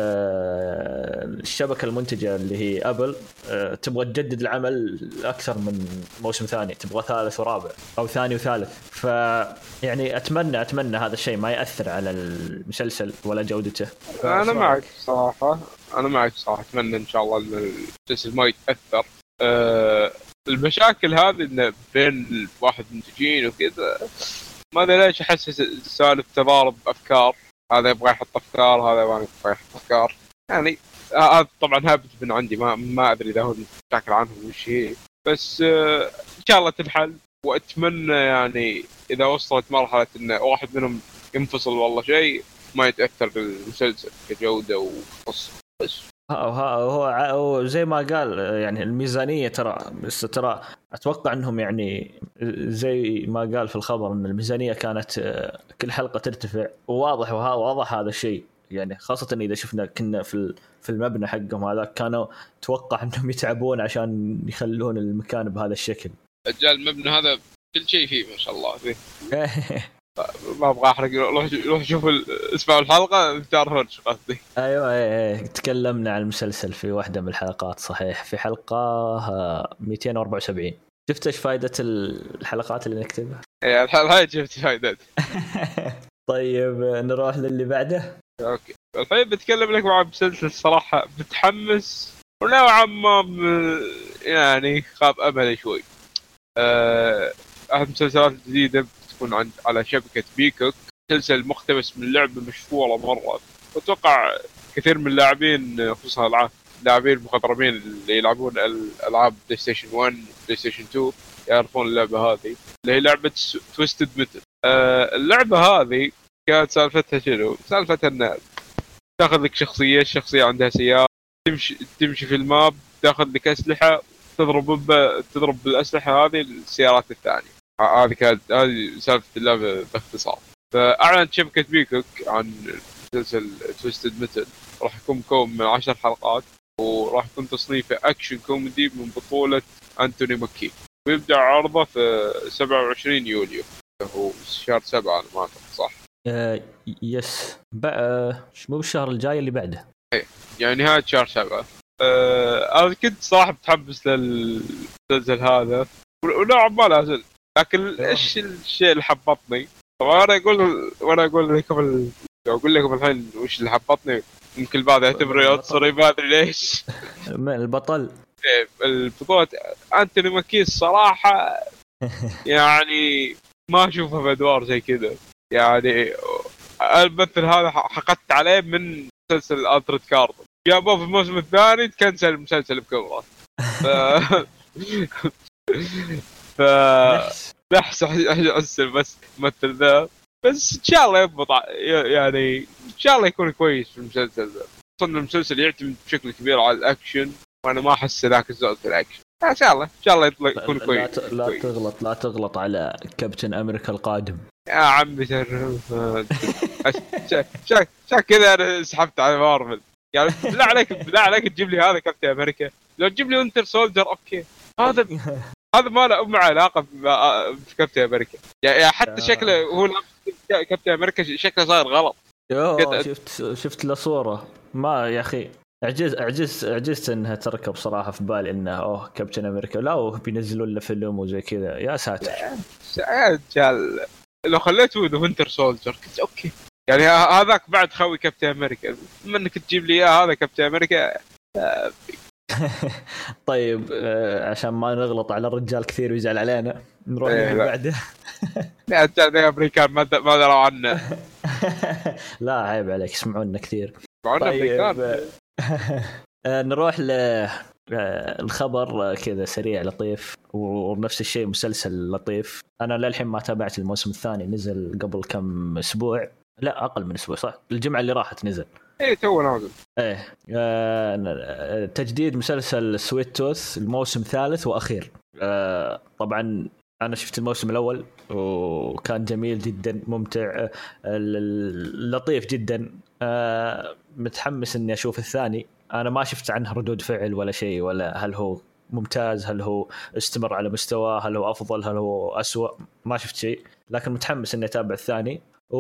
الشبكه المنتجه اللي هي ابل تبغى تجدد العمل اكثر من موسم ثاني، تبغى ثالث ورابع او ثاني وثالث. فيعني اتمنى اتمنى هذا الشيء ما ياثر على المسلسل ولا جودته. انا معك صراحه انا معك صراحه اتمنى ان شاء الله ان المسلسل ما يتاثر. أه المشاكل هذه إن بين واحد منتجين وكذا ما ادري ليش احس سالفه تضارب افكار، هذا يبغى يحط افكار هذا ما يبغى يحط افكار يعني. هذا آه طبعا هابط من عندي، ما ما ادري اذا هو المشاكل عنهم وش هي، بس آه ان شاء الله تنحل. واتمنى يعني اذا وصلت مرحله ان واحد منهم ينفصل والله شيء ما يتاثر بالمسلسل كجوده وقصه. بس هو هو زي ما قال يعني الميزانيه ترى بس ترى اتوقع انهم يعني زي ما قال في الخبر ان الميزانيه كانت كل حلقه ترتفع، وواضح وواضح هذا الشيء يعني، خاصه اذا شفنا كنا في في المبنى حقهم هذا كانوا توقع انهم يتعبون عشان يخلون المكان بهذا الشكل. رجال المبنى هذا كل شيء فيه ما شاء الله فيه. ما ابغى احرق، روح روح شوف اسمعوا الحلقه تعرفون ايش قصدي. ايوه ايه تكلمنا عن المسلسل في واحدة من الحلقات صحيح، في حلقه مئتين وأربعة وسبعين. شفت ايش فائده الحلقات اللي نكتبها؟ ايه الحلقه هاي شفت فائدتها. طيب نروح للي بعده. اوكي الحين بتكلم لك عن مسلسل صراحه متحمس ونوعا ما يعني خاب امل شوي. أه احد المسلسلات الجديده تكون عند على شبكه بيكوك، مسلسل مقتبس من لعبه مشهوره مره، واتوقع كثير من اللاعبين خصوصا العاب اللاعبين المخضرمين اللي يلعبون الالعاب بلاي ستيشن واحد بلاي ستيشن اثنين يعرفون اللعبه هذه اللي هي لعبه تويستد ميتل. آه اللعبه هذه كانت سالفتها شنو؟ سالفتها ان تاخذ لك شخصيه الشخصيه عندها سياره، تمشي تمشي في الماب، تاخذ لك اسلحه، تضرب ب... تضرب بالاسلحه هذه السيارات الثانيه. هذه كانت هذه سالفه اللعبه باختصار. فاعلنت شبكه بيكوك عن مسلسل تويستد ميتل، راح يكون مكون من عشر حلقات، وراح يكون تصنيفه اكشن كوميدي من بطوله انتوني ماكي، ويبدا عرضه في سبعة وعشرين يوليو، هو شهر سبعة انا ما اعتقد صح. آه يس بقى مو بالشهر الجاي اللي بعده، ايه يعني نهايه شهر سبعة. آه انا كنت صراحه متحمس للمسلسل هذا ونوعا ما لازل، لكن ايش الشيء اللي حبطني؟ طبعا انا اقول وانا اقول لكم ال... اقول لكم الحين وش اللي حبطني، يمكن البعض يعتبره يتصري ما ادري ليش. البطل البطولة أنتوني ماكي الصراحة يعني ما أشوفه بأدوار زي كذا، يعني الممثل هذا حقدت عليه من مسلسل ألترد كارد، جابوه في الموسم الثاني تكنسل المسلسل بكبره. ف ف نحس أحسن بس مثل ذا، بس إن شاء الله يضبط، يعني إن شاء الله يكون كويس في المسلسل ذا. أصلاً المسلسل يعتمد بشكل كبير على الأكشن، وأنا ما أحس ذاك الزود في الأكشن. إن شاء الله إن شاء الله يكون كويس. لا, لا كويس. تغلط لا تغلط على كابتن أمريكا القادم يا عمي. شا شا كذا أنا سحبت على مارفل، يعني لا عليك لا عليك تجيب لي هذا كابتن أمريكا، لو تجيب لي وينتر سولجر أوكي، هذا هذا ما له أم علاقة بكابتن أمريكا، يعني حتى شكله هو كابتن أمريكا شكله صار غلط. شفت شفت له صورة ما يا أخي عجز عجز عجزت انها تركب صراحه في بالي انه اوه كابتن امريكا، لا بينزلون له فيلم وزي كذا يا ساتر. يا رجال لو خليته ذا وينتر سولجر كنت اوكي، يعني هذاك بعد خوي كابتن امريكا، بما انك تجيب لي اياه هذا كابتن امريكا. طيب عشان ما نغلط على الرجال كثير ويزعل علينا نروح اللي بعده. لا رجال امريكان ما ما دروا عنه. لا عيب عليك يسمعونا كثير. طيب نروح للخبر كذا سريع لطيف، ونفس الشيء مسلسل لطيف. أنا للحين ما تابعت الموسم الثاني، نزل قبل كم أسبوع، لا أقل من أسبوع صح، الجمعة اللي راحت نزل. إيه تو نازل. إيه آه تجديد مسلسل سويت توث الموسم الثالث وأخير. آه طبعا أنا شفت الموسم الأول وكان جميل جدا ممتع لطيف جدا. آه متحمس إني أشوف الثاني. أنا ما شفت عنه ردود فعل ولا شيء، ولا هل هو ممتاز، هل هو استمر على مستوى، هل هو أفضل، هل هو أسوأ، ما شفت شيء، لكن متحمس إني أتابع الثاني.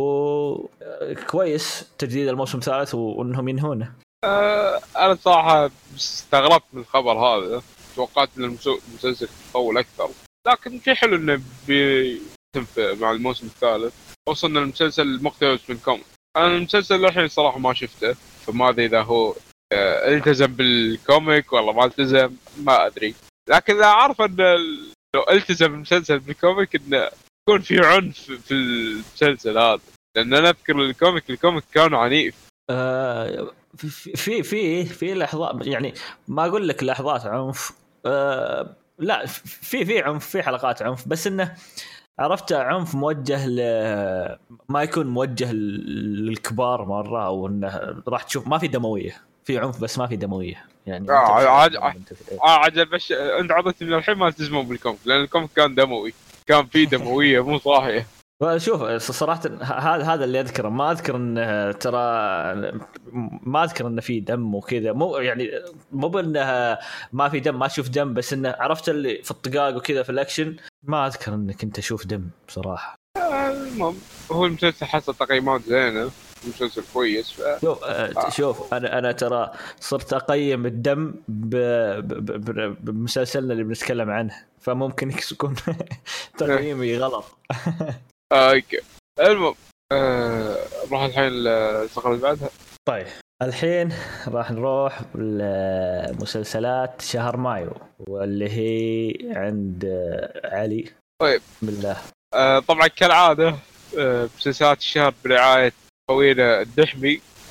وكويس تجديد الموسم الثالث وإنهم ينهونه. أه أنا صراحة استغربت من الخبر هذا، توقعت إن المسلسل يطول أكثر، لكن في حلو إنه بيتم مع الموسم الثالث. وصلنا المسلسل مقتبس من كوميك. أنا المسلسل الحين صراحة ما شفته، فما أدري إذا هو التزم بالكوميك ولا ما التزم، ما أدري. لكن لا أعرف أن لو التزم المسلسل بالكوميك إنه يكون في عنف في المسلسل هذا، لأن أنا أذكر الكوميك الكوميك كان عنيف. آه في في في في لحظات، يعني ما أقول لك لحظات عنف، آه لا في في عنف، في حلقات عنف، بس إنه عرفت عنف موجه ل ما يكون موجه للكبار مرة، أو إنه راح تشوف ما في دموية، في عنف بس ما في دموية يعني. آه عاد عاد بس أنت عضت من الحين ما تلزمون بالكوميك، لأن الكوميك كان دموي، كان فيه دموية مو صاحية. شوف صراحة هذا هذا اللي أذكره، ما أذكر إنه ترى ما أذكر إنه في دم وكذا، مو يعني مو بأنه ما في دم، ما تشوف دم، بس إنه عرفت اللي في الطقاق وكذا في الأكشن، ما أذكر إنك أنت تشوف دم بصراحة. المهم هو المسلسل حصل تقييمات زينة، مسلسل كويس. ف... شوف آه. شوف أنا أنا ترى صرت أقيم الدم ب... ب... ب... بمسلسلنا اللي بنتكلم عنه، فممكن يكون تقييمي غلط. اوكي المهم آه... نروح الحين الفقرة اللي بعدها. طيب الحين راح نروح لمسلسلات شهر مايو، واللي هي عند علي. طيب بسم الله. آه طبعا كالعادة آه مسلسلات الشهر برعاية خوينا الدحمي عن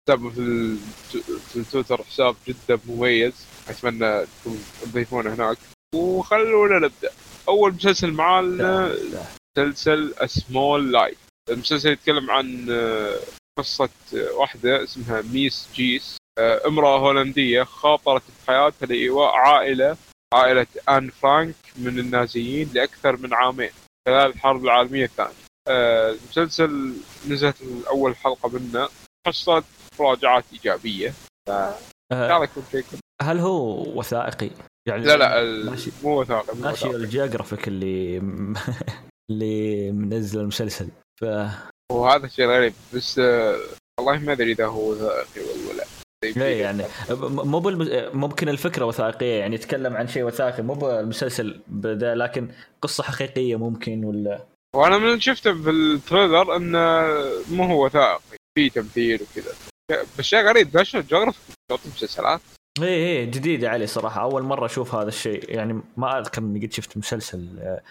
حسابه في ال- في التويتر حساب جدا مميز، اتمنى تضيفونه هناك. وخلونا نبدا. اول مسلسل معانا مسلسل سمول لايف. المسلسل يتكلم عن قصة واحدة اسمها ميس جيس، امرأة هولندية خاطرت بحياتها لإيواء عائلة عائلة آن فرانك من النازيين لأكثر من عامين خلال الحرب العالمية الثانية. المسلسل نزلت أول حلقة منه، حصلت مراجعات إيجابية. أه هل هو وثائقي؟ يعني لا لا مو وثائقي، ناشيونال جيوغرافيك اللي اللي منزل المسلسل. ف وهذا شيء غريب، بس آه والله ما ادري اذا هو وثائقي ولا لا. يعني مو بالمز... ممكن الفكره وثائقيه، يعني يتكلم عن شيء وثائقي، مو بالمسلسل بدا، لكن قصه حقيقيه ممكن ولا. وانا من شفته في التريلر انه مو هو وثائقي، في تمثيل وكذا. بس شيء غريب، ناشونال جيوغرافيك تعطي مسلسلات. ايه ايه جديده علي صراحه، اول مره اشوف هذا الشيء. يعني ما اذكر اني قد شفت مسلسل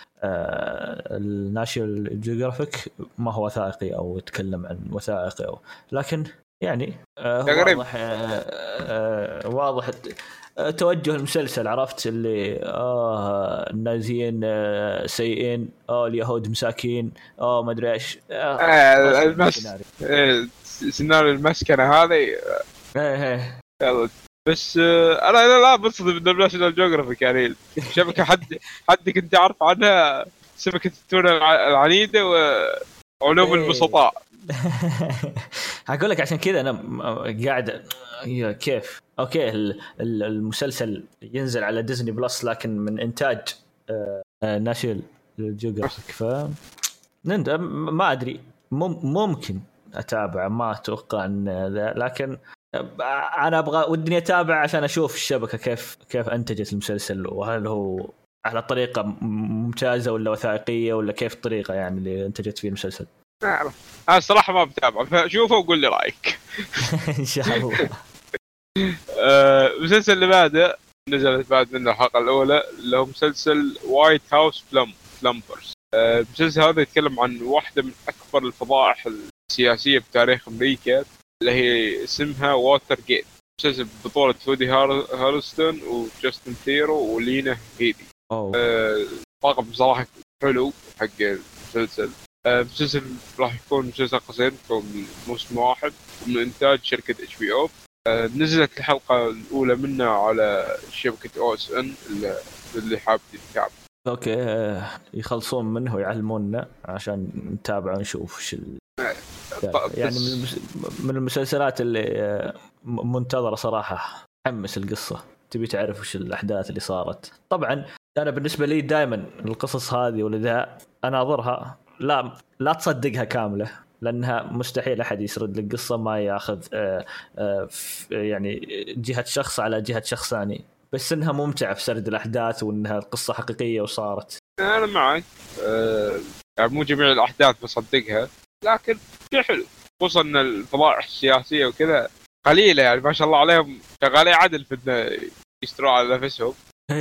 الناشيونال جيوغرافيك ما هو وثائقي او يتكلم عن وثائقي أو. لكن يعني آه واضح آه آه واضح توجه المسلسل، عرفت اللي اه النازيين آه سيئين، اه اليهود مساكين، اه ما ادري ايش. آه آه المس سيناريو المسكنه هذه. ايه يلا بس انا لا لا بصدم من ناشونال جيوغرافيك. يعني شبكه حد حد كنت اعرف عنها سمكه التونه العنيده وعلوم البسطاء. هقول لك عشان كذا انا قاعد كيف اوكي المسلسل ينزل على ديزني بلس لكن من انتاج ناشونال جيوغرافيك. ف ما ادري ممكن اتابع، ما اتوقع ان ذا، لكن انا ابغى ودني اتابع عشان اشوف الشبكه كيف كيف انتجت المسلسل، وهل هو على طريقه ممتازه ولا وثائقيه ولا كيف الطريقه يعني اللي انتجت فيه المسلسل. انا الصراحه ما بتابع، فشوفه وقول لي رايك. ان شاء الله. المسلسل اللي بعده نزلت بعد منه الحلقه الاولى، اللي هو مسلسل وايت هاوس بلم بلمبرز. المسلسل هذا يتكلم عن واحده من اكبر الفضائح السياسيه بتاريخ امريكا، اللي هي اسمها ووتر جيت. مسلسل بطولة فودي هارستون وجاستن ثيرو ولينا هيدي. آه طاقم بصراحة حلو حق المسلسل. آه مسلسل راح يكون مسلسل قصير، يكون موسم واحد من إنتاج شركة اتش بي او. آه نزلت الحلقة الأولى منها على شبكة او اس ان اللي, اللي حاب يتابع. اوكي آه يخلصون منه ويعلموننا عشان نتابع ونشوف وش ال... يعني من المسلسلات اللي منتظرة صراحة، حمس القصة، تبي تعرف وش الأحداث اللي صارت. طبعا أنا بالنسبة لي دائما القصص هذه ولذا أنا أضرها لا لا تصدقها كاملة، لأنها مستحيل أحد يسرد لك قصة ما يأخذ آآ آآ يعني جهة شخص على جهة شخص ثاني، بس إنها ممتعة في سرد الأحداث وإنها القصة حقيقية وصارت. أنا معك أه يعني مو جميع الأحداث بصدقها، لكن شيء حلو، خصوصا ان الفضائح السياسيه وكذا قليله. يعني ما شاء الله عليهم شغالين عدل في انه يستروا على نفسهم.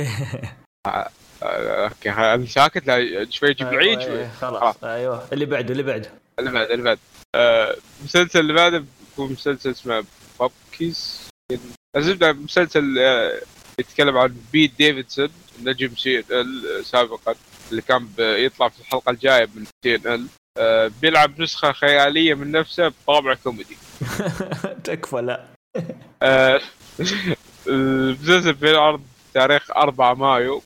اوكي انا ساكت، لا شوي جيب العيد شوي. خلاص ايوه اللي بعده اللي بعده اللي بعده اللي بعده المسلسل اللي بعده بيكون مسلسل اسمه بابكيز. الزبده مسلسل يتكلم عن بيت ديفيدسون، نجم سي ان ال سابقا، اللي كان يطلع في الحلقه الجايه من سي ان ال. أه بيلعب نسخة خيالية من نفسه بطابع كوميدي. تكفى لا. أه المسلسل بيعرض تاريخ أربعة مايو.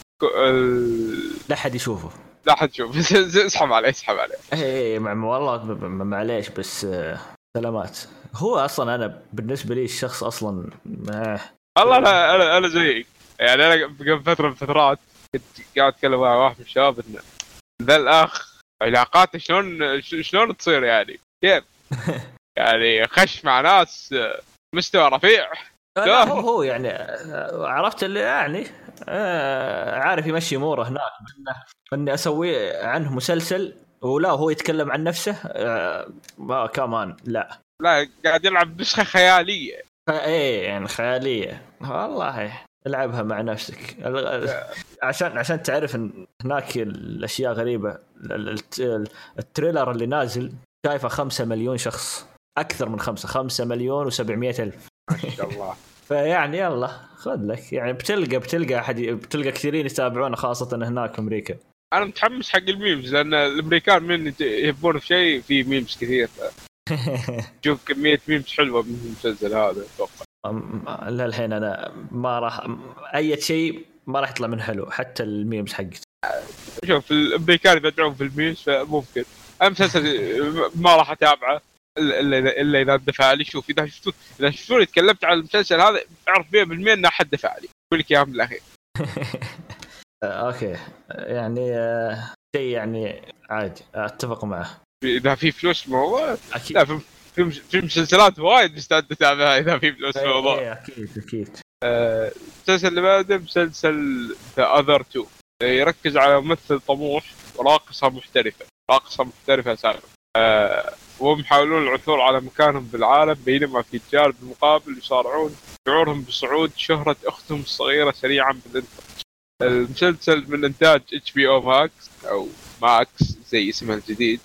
لا حد يشوفه، لا حد يشوف. اسحب عليه اسحب عليه. ايه مع والله معليش بس سلامات. هو اصلا انا بالنسبة لي الشخص اصلا ما والله انا انا انا زيك. يعني انا قبل فترة من فترات كنت قاعد اتكلم مع واحد من الشباب انه ذا الاخ علاقاته شلون شلون تصير، يعني كيف يعني خش مع ناس مستوى رفيع. لا هو هو يعني عرفت اللي يعني عارف يمشي اموره هناك. اني اسوي عنه مسلسل ولا هو يتكلم عن نفسه ما كمان لا لا قاعد يلعب نسخة خيالية. ايه يعني خيالية والله. العبها مع نفسك عشان عشان تعرف ان هناك الاشياء غريبه. التريلر اللي نازل شايفه خمسة مليون شخص، اكثر من خمسة خمسة مليون وسبعمية الف ما شاء الله. فيعني يلا خذ لك يعني بتلقى بتلقى احد بتلقى كثيرين يتابعونه خاصه هناك في امريكا. انا متحمس حق الميمز لان الامريكان من يحبون في شيء في ميمز كثير. شوف كميه ميمز حلوه من المسلسل هذا اتوقع. للحين انا ما راح اي شيء ما راح يطلع منه حلو حتى الميمز حقته. شوف الامريكان يبدعون في الميمز فممكن المسلسل ما راح اتابعه الا الا اذا دفع لي. شوف اذا شفتوا اذا شفتوني تكلمت عن المسلسل هذا اعرف مية بالمية ان احد دفع لي اقول لك اياها من الاخير. اوكي يعني شيء يعني عادي اتفق معه اذا في فلوس الموضوع اكيد. لا في في, في مسلسلات وايد مستعد اتابعها اذا في فلوس الموضوع. ايه اكيد اكيد. المسلسل اللي بعده مسلسل ذا اذر تو يركز على ممثل طموح وراقصه محترفه راقصه محترفه سابقا أه وهم يحاولون العثور على مكانهم بالعالم بينما في تجار بالمقابل يصارعون شعورهم بصعود شهرة أختهم الصغيرة سريعا بالإنترنت. المسلسل من إنتاج اتش بي او ماكس أو ماكس زي اسمها الجديد.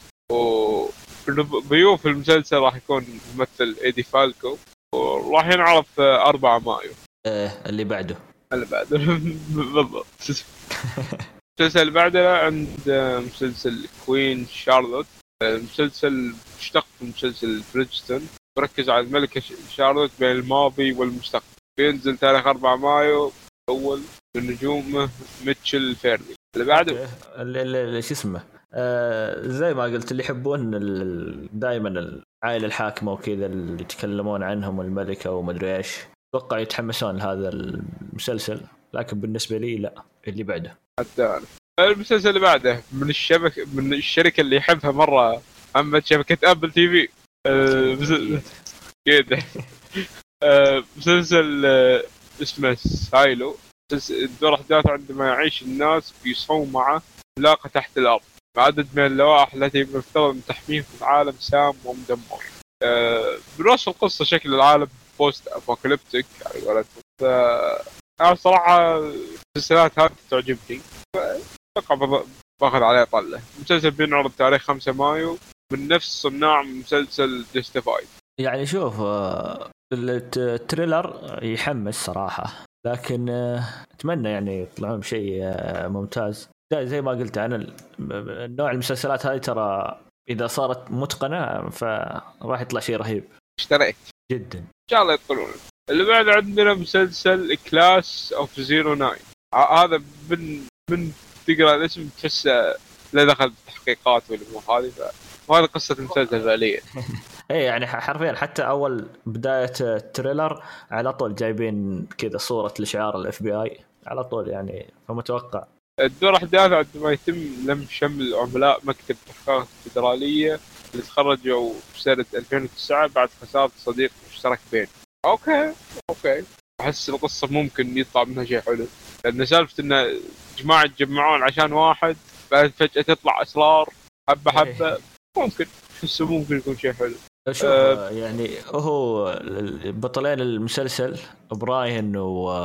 وضيوف المسلسل راح يكون ممثل إيدي فالكو وراح ينعرض أربعة مايو. إيه اللي بعده اللي بعده بالضبط. المسلسل اللي بعده عند مسلسل كوين شارلوت. المسلسل مشتق من مسلسل بريدجتون وركز على الملكة شارلوت بين الماضي والمستقبل. بينزل تاريخ أربعة مايو أول بنجومه ميتشل فيرلي. اللي بعده اللي شو اسمه آه زي ما قلت اللي يحبون دائما العائلة الحاكمة وكذا اللي يتكلمون عنهم الملكة وما أدري إيش أتوقع يتحمسون لهذا المسلسل. لكن بالنسبة لي لا اللي بعده. حتى أنا المسلسل اللي بعده من الشبكة من الشركة اللي يحبها مرة أما شبكة أبل تي في. آه كده. آه مسلسل آه اسمه سايلو. الدور أحداث عندما يعيش الناس في صومعة عملاقة تحت الأرض عدد من اللوائح التي يفترض تحميهم في عالم سام ومدمر. آه بنفس القصة شكل العالم بوست أبوكاليبتيك على قولتهم. أنا صراحة المسلسلات هذه تعجبني أتوقع باخذ عليه طلة. المسلسل بينعرض تاريخ خمسة مايو من نفس صناع مسلسل جستيفايد. يعني شوف التريلر يحمس صراحة لكن أتمنى يعني يطلعون بشيء ممتاز. زي ما قلت أنا النوع المسلسلات هذه ترى إذا صارت متقنة فراح يطلع شيء رهيب. اشتريت جدا إن شاء الله يطلعون. اللي بعد عندنا مسلسل كلاس أوف زيرو ناين. هذا من من تقرأ الاسم تحسه لا دخل بالتحقيقات والأمور هذه وهذا قصة المسلسل فعليا. ايه يعني حرفيا حتى اول بدايه التريلر على طول جايبين كذا صوره لشعار الاف بي اي على طول يعني فمتوقع. الدور احداث عندما يتم لم شمل عملاء مكتب التحقيقات الفيدراليه اللي تخرجوا في سنه ألفين وتسعة بعد خساره صديق مشترك بينهم. اوكي اوكي احس القصه ممكن يطلع منها شيء حلو لان سالفه ان جماعه يتجمعون عشان واحد بعد فجاه تطلع اسرار حبه حبه ممكن احس ممكن يكون شيء حلو. شوف أه يعني هو بطلين المسلسل براين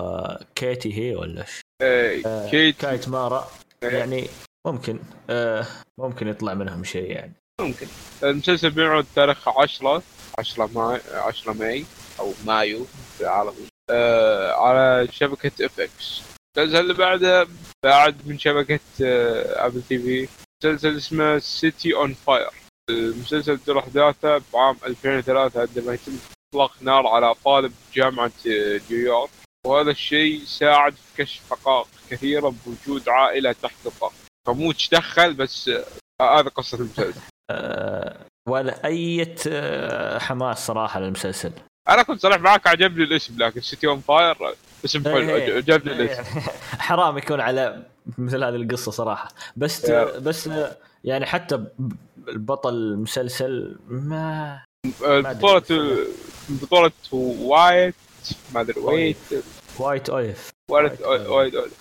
وكيتي هي ولا ايش؟ أه كيت كايت مارا يعني ممكن أه ممكن يطلع منهم شيء يعني ممكن. المسلسل بيعرض تاريخ عشرة عشرة ماي عشرة ماي او مايو بالعربي أه على شبكة اف اكس. المسلسل اللي بعده بعد من شبكة أه ابل تي في مسلسل اسمه سيتي اون فاير. المسلسل تدور أحداثه بعام ألفين وثلاثة عندما يتم إطلاق نار على طالب جامعة نيويورك وهذا الشيء ساعد في كشف حقائق كثيرة بوجود عائلة تحت الضغط فمو تدخل بس هذا آه قصة المسلسل. أه ولا أي حماس صراحة للمسلسل. أنا كنت صريح معك عجبني الاسم لكن سيتي أون فاير اسم حلو عجبني الاسم. حرام يكون على مثل هذه القصة صراحة بس بس يعني حتى البطل المسلسل ما بطولة بطولة وايت ما أدري وايت وايت أويف وايت وايت أويف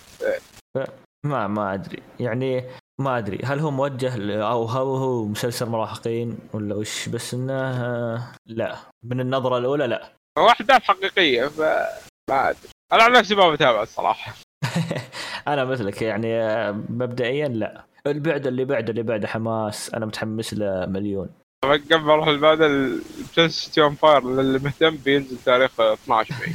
ما ما أدري يعني ما أدري هل هو موجه أو هو هو مسلسل مراهقين ولا وش بس إنه لا من النظرة الأولى لا واحدة حقيقية فما أدري أنا عن نفسي ما بتابع الصراحة. أنا مثلك يعني مبدئيا لا البعد اللي بعد اللي بعد حماس أنا متحمس له مليون طبعا قبل ما اروح البعد المسلسل امباير اللي مهتم بينزل تاريخ اثناشر ماي.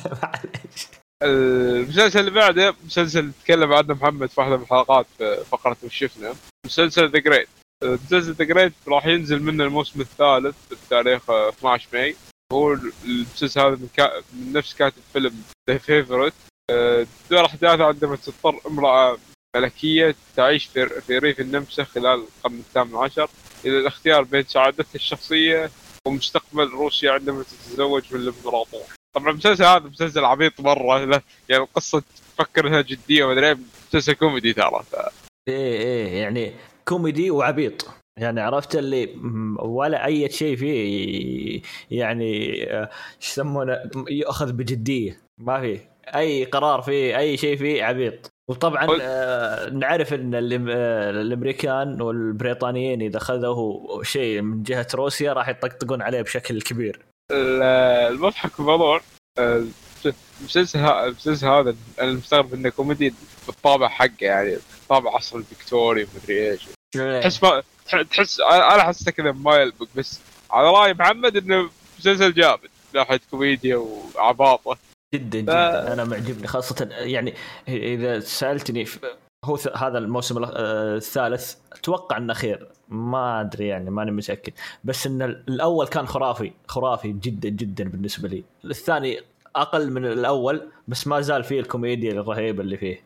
المسلسل اللي بعده مسلسل تكلم عنه محمد في واحدة من الحلقات في فقرة وشفنا، مسلسل ذا جريت. مسلسل ذا جريت راح ينزل منه الموسم الثالث بتاريخ اثناشر ماي. هو المسلسل هذا من, كا... من نفس كاتب فيلم ذا فيفورت. دور أحداثه عندما تضطر امرأة ملكية تعيش في, في ريف النمسا خلال القرن الثامن عشر إلى الاختيار بين سعادتها الشخصية ومستقبل روسيا عندما تتزوج من الإمبراطور. طبعا المسلسل هذا مسلسل عبيط مرة، يعني القصة تفكر انها جدية ومدري، مسلسل كوميدي ترى. ايه ايه يعني كوميدي وعبيط، يعني عرفت اللي ولا اي شيء فيه يعني ايش يسمونه ياخذ بجدية، ما فيه اي قرار فيه، اي شيء فيه عبيط. وطبعا آه نعرف ان الامريكان والبريطانيين اذا خذوا شيء من جهة روسيا راح يطقطقون عليه بشكل كبير. المضحك في الموضوع المسلسل المسلسل هذا انا مستغرب انه كوميدي بالطابع حقه، يعني طابع عصر الفيكتوري ومدري ايش. تحس ما تحس انا حسيت كذا ما يلبق، بس على راي محمد انه مسلسل جامد من ناحيه كوميديا وعباطه جدا ف... جدا. انا معجبني خاصه يعني اذا سالتني هو هذا الموسم الثالث اتوقع انه خير، ما ادري يعني ماني متاكد، بس ان الاول كان خرافي خرافي جدا جدا بالنسبه لي. الثاني اقل من الاول بس ما زال فيه الكوميديا الرهيبه اللي فيه.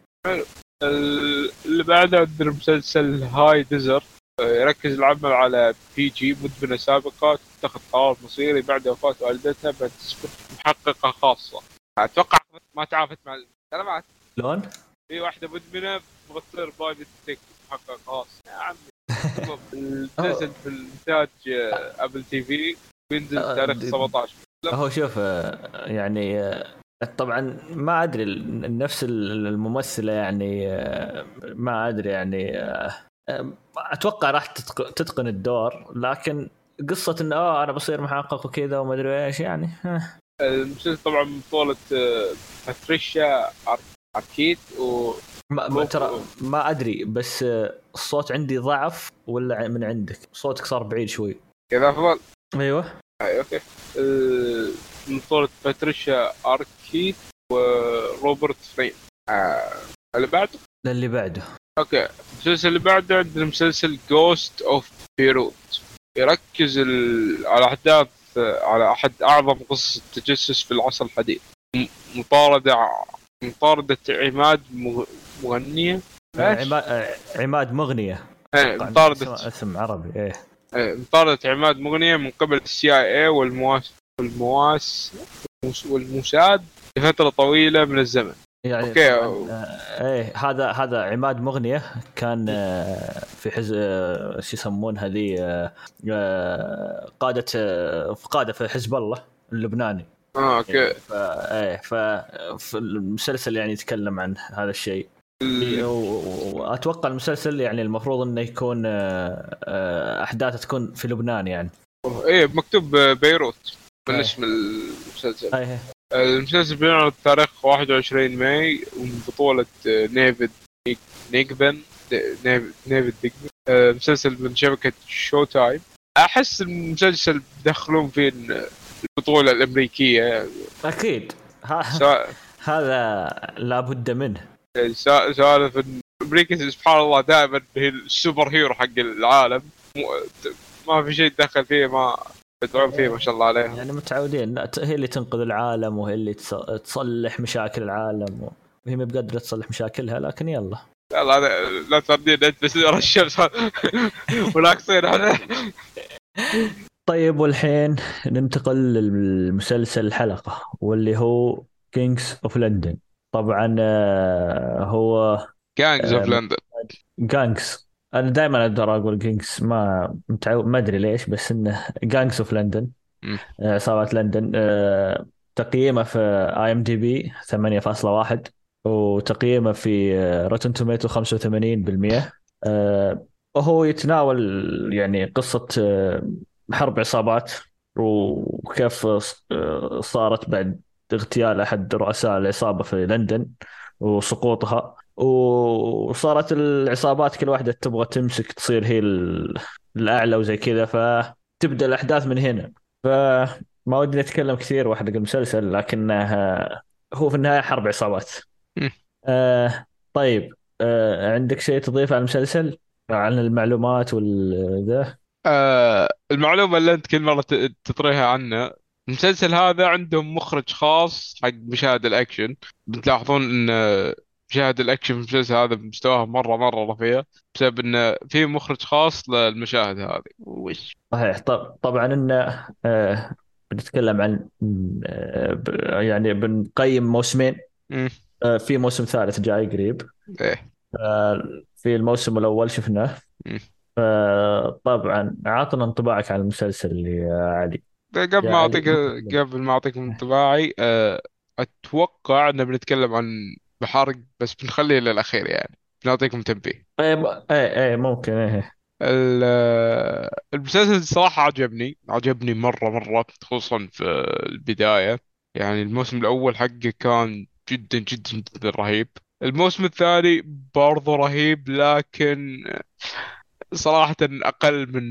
اللي بعده عندنا مسلسل هاي ديزرت، يركز العمل على بي جي مدمنه سابقه تتخذ قرار مصيري بعد وفاه والدتها بعد تصبح محققه خاصه. اتوقع ما تعافت مع الكلمات. لون في واحده مدمنه بتصير بايد تك محقق خاص يا عمي. المسلسل في الانتاج ابل تي في بينزل تاريخ سبعتاشر. هو شوف يعني طبعا ما ادري نفس الممثله يعني ما ادري يعني اتوقع راح تتقن الدور، لكن قصه انه اه انا بصير محقق وكذا وما ادري ايش يعني. المسلسل طبعا من بطوله باتريشيا اركيت و ما ترى ما ادري بس الصوت عندي ضعف ولا من عندك صوتك صار بعيد شوي كذا افضل. ايوه اي اوكي. من بطوله باتريشيا اركيت وروبرت فرين. آه. اللي بعده اللي بعده اوكي. المسلسل اللي بعده عندنا مسلسل جوست اوف بيروت، يركز ال... على احداث على احد اعظم قصص التجسس في العصر الحديث، مطاردة مطاردة عماد مغنية عماد عماد مغنية ايه مطاردة اسم عربي ايه ايه مطاردة عماد مغنية من قبل السي اي اي والمواس والمواس والموساد لفترة طويلة من الزمن. يعني اوكي ايه هذا هذا عماد مغنية كان في حزب شو يسمون هذه قادة قادة في حزب الله اللبناني. اه اوكي يعني ف ايه ف المسلسل يعني يتكلم عن هذا الشيء. واتوقع المسلسل يعني المفروض انه يكون احداثه تكون في لبنان يعني. ايه مكتوب بيروت من اسم المسلسل. ايه المسلسل بيعرض تاريخ واحد وعشرين ماي ومن بطولة نيفيد نيكبن نيفيد ديكبن. مسلسل من شبكة شو تايم. أحس المسلسل بدخلون في البطولة الأمريكية أكيد. سا... هذا لابد منه. سالفة إن أمريكا سبحان الله دائما هي السوبر هيرو حق العالم، ما في شيء تدخل فيه ما تدعون فيه ما شاء الله عليهم، يعني متعودين هي اللي تنقذ العالم وهي اللي تصلح مشاكل العالم وهي ما بقدر تصلح مشاكلها، لكن يلا يلا لا تردين انت بس الشمس وناقصين احنا. طيب والحين ننتقل للمسلسل الحلقة واللي هو كينجز اوف لندن. طبعا هو كينجز اوف لندن جانكس. انا دائما اقدر اقول كينجز ما متعود ما ادري ليش بس انه جانكس اوف لندن عصابات لندن. أه تقييمه في اي ام دي بي ثمانية فاصلة واحد وتقييمه في روتن توميتو خمسة وثمانين بالمئة. أه وهو يتناول يعني قصة حرب عصابات وكيف صارت بعد اغتيال احد رؤساء العصابة في لندن وسقوطها، وصارت العصابات كل واحدة تبغى تمسك تصير هي الأعلى وزي كذا. ف تبدا الاحداث من هنا. فما ودي اتكلم كثير واحد المسلسل، لكنه هو في النهايه حرب عصابات. مم. آه طيب، آه عندك شيء تضيفه على المسلسل عن المعلومات وال آه المعلومة اللي أنت كل مرة ت- تطريها عنه، المسلسل هذا عندهم مخرج خاص حق مشاهد الأكشن. بتلاحظون أن آه، مشاهد الأكشن في المسلسل هذا مستواها مرة مرة رفيع، بسبب أنه في مخرج خاص للمشاهد هذه. وش صحيح. طب طبعا ان آه بنتكلم عن آه ب- يعني بنقيم موسمين. مم. آه في موسم ثالث جاي قريب. إيه. آه في الموسم الاول شفناه. مم. آه طبعا عطنا انطباعك عن المسلسل يا علي. قبل يا ما أعطيك علي متكلم. قبل ما أعطيك انطباعي، آه أتوقع أن بنتكلم عن بحرق، بس بنخليه للأخير يعني، بنعطيكم تنبيه. ايه م- ايه ايه ممكن ايه. ال- المسلسل الصراحة عجبني عجبني مرة مرة، خصوصا في البداية. يعني الموسم الأول حقه كان جدا جدا جدا رهيب. الموسم الثاني برضه رهيب، لكن صراحة أقل من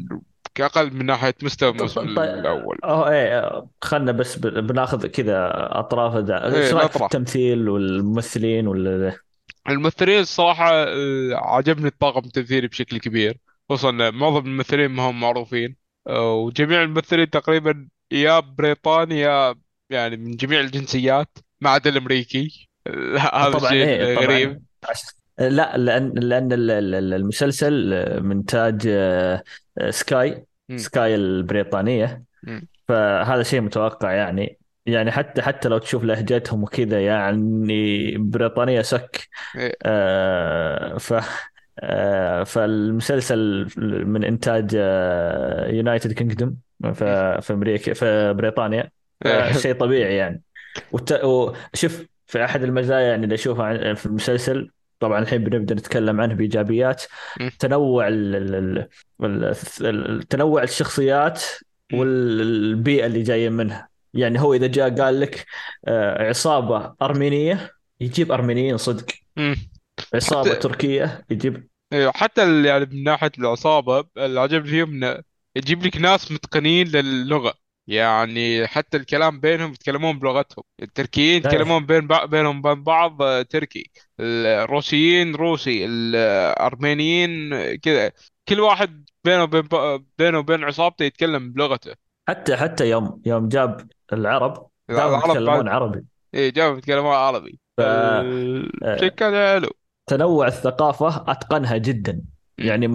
أقل من ناحية مستوى الموسم طيب. الأول. اه ايه خلنا بس ب- بناخذ كذا اطراف الد- إيه، ايش رايك في نطرة. التمثيل والممثلين ولا؟ الممثلين الصراحة آه، عجبني الطاقم التمثيلي بشكل كبير، خصوصا إن معظم الممثلين ما هم معروفين. آه، وجميع الممثلين تقريبا يا بريطاني يا يعني من جميع الجنسيات ما عدا الأمريكي. آه، هذا طبعا الشيء ايه الغريب. طبعا. عش- لا، لان لان ال- ال- ال- المسلسل من تاج آه، آه، سكاي مم. سكاي البريطانيه. مم. فهذا شيء متوقع يعني. يعني حتى حتى لو تشوف لهجتهم وكذا يعني بريطانيه سك. إيه. آه، ف آه، فالمسلسل من انتاج يونايتد كينجدوم مم. في امريكا في بريطانيا. إيه. فشيء طبيعي يعني. وت... وشوف في احد المزايا يعني اللي اشوفها عن- في المسلسل. طبعا الحين بنبدا نتكلم عنه بايجابيات. مم. تنوع ال... ال... ال... ال- ال- تنوع الشخصيات مم. والبيئه اللي جايه منها. يعني هو اذا جاء قال لك آه، عصابه ارمينيه، يجيب ارمينيين صدق. مم. عصابه حتى تركيه يجيب. إيه، حتى ال- يعني من ناحية العصابة اللي عجبني فيهم إنه يجيب لك ناس متقنين للغة. يعني حتى الكلام بينهم يتكلمون بلغتهم، التركيين ايه يتكلمون بين بع- بينهم بين بعض آه، تركي، الروسيين روسي، الأرمينيين آه، كذا. كل واحد بينه وبين ب- بينه وبين عصابته يتكلم بلغته. حتى حتى يوم يوم جاب العرب جابهم العرب يتكلمون بعد عربي. إيه جابوا يتكلمون عربي. ف الشيء آه، كان حلو. تنوع الثقافة أتقنها جدا. مم. يعني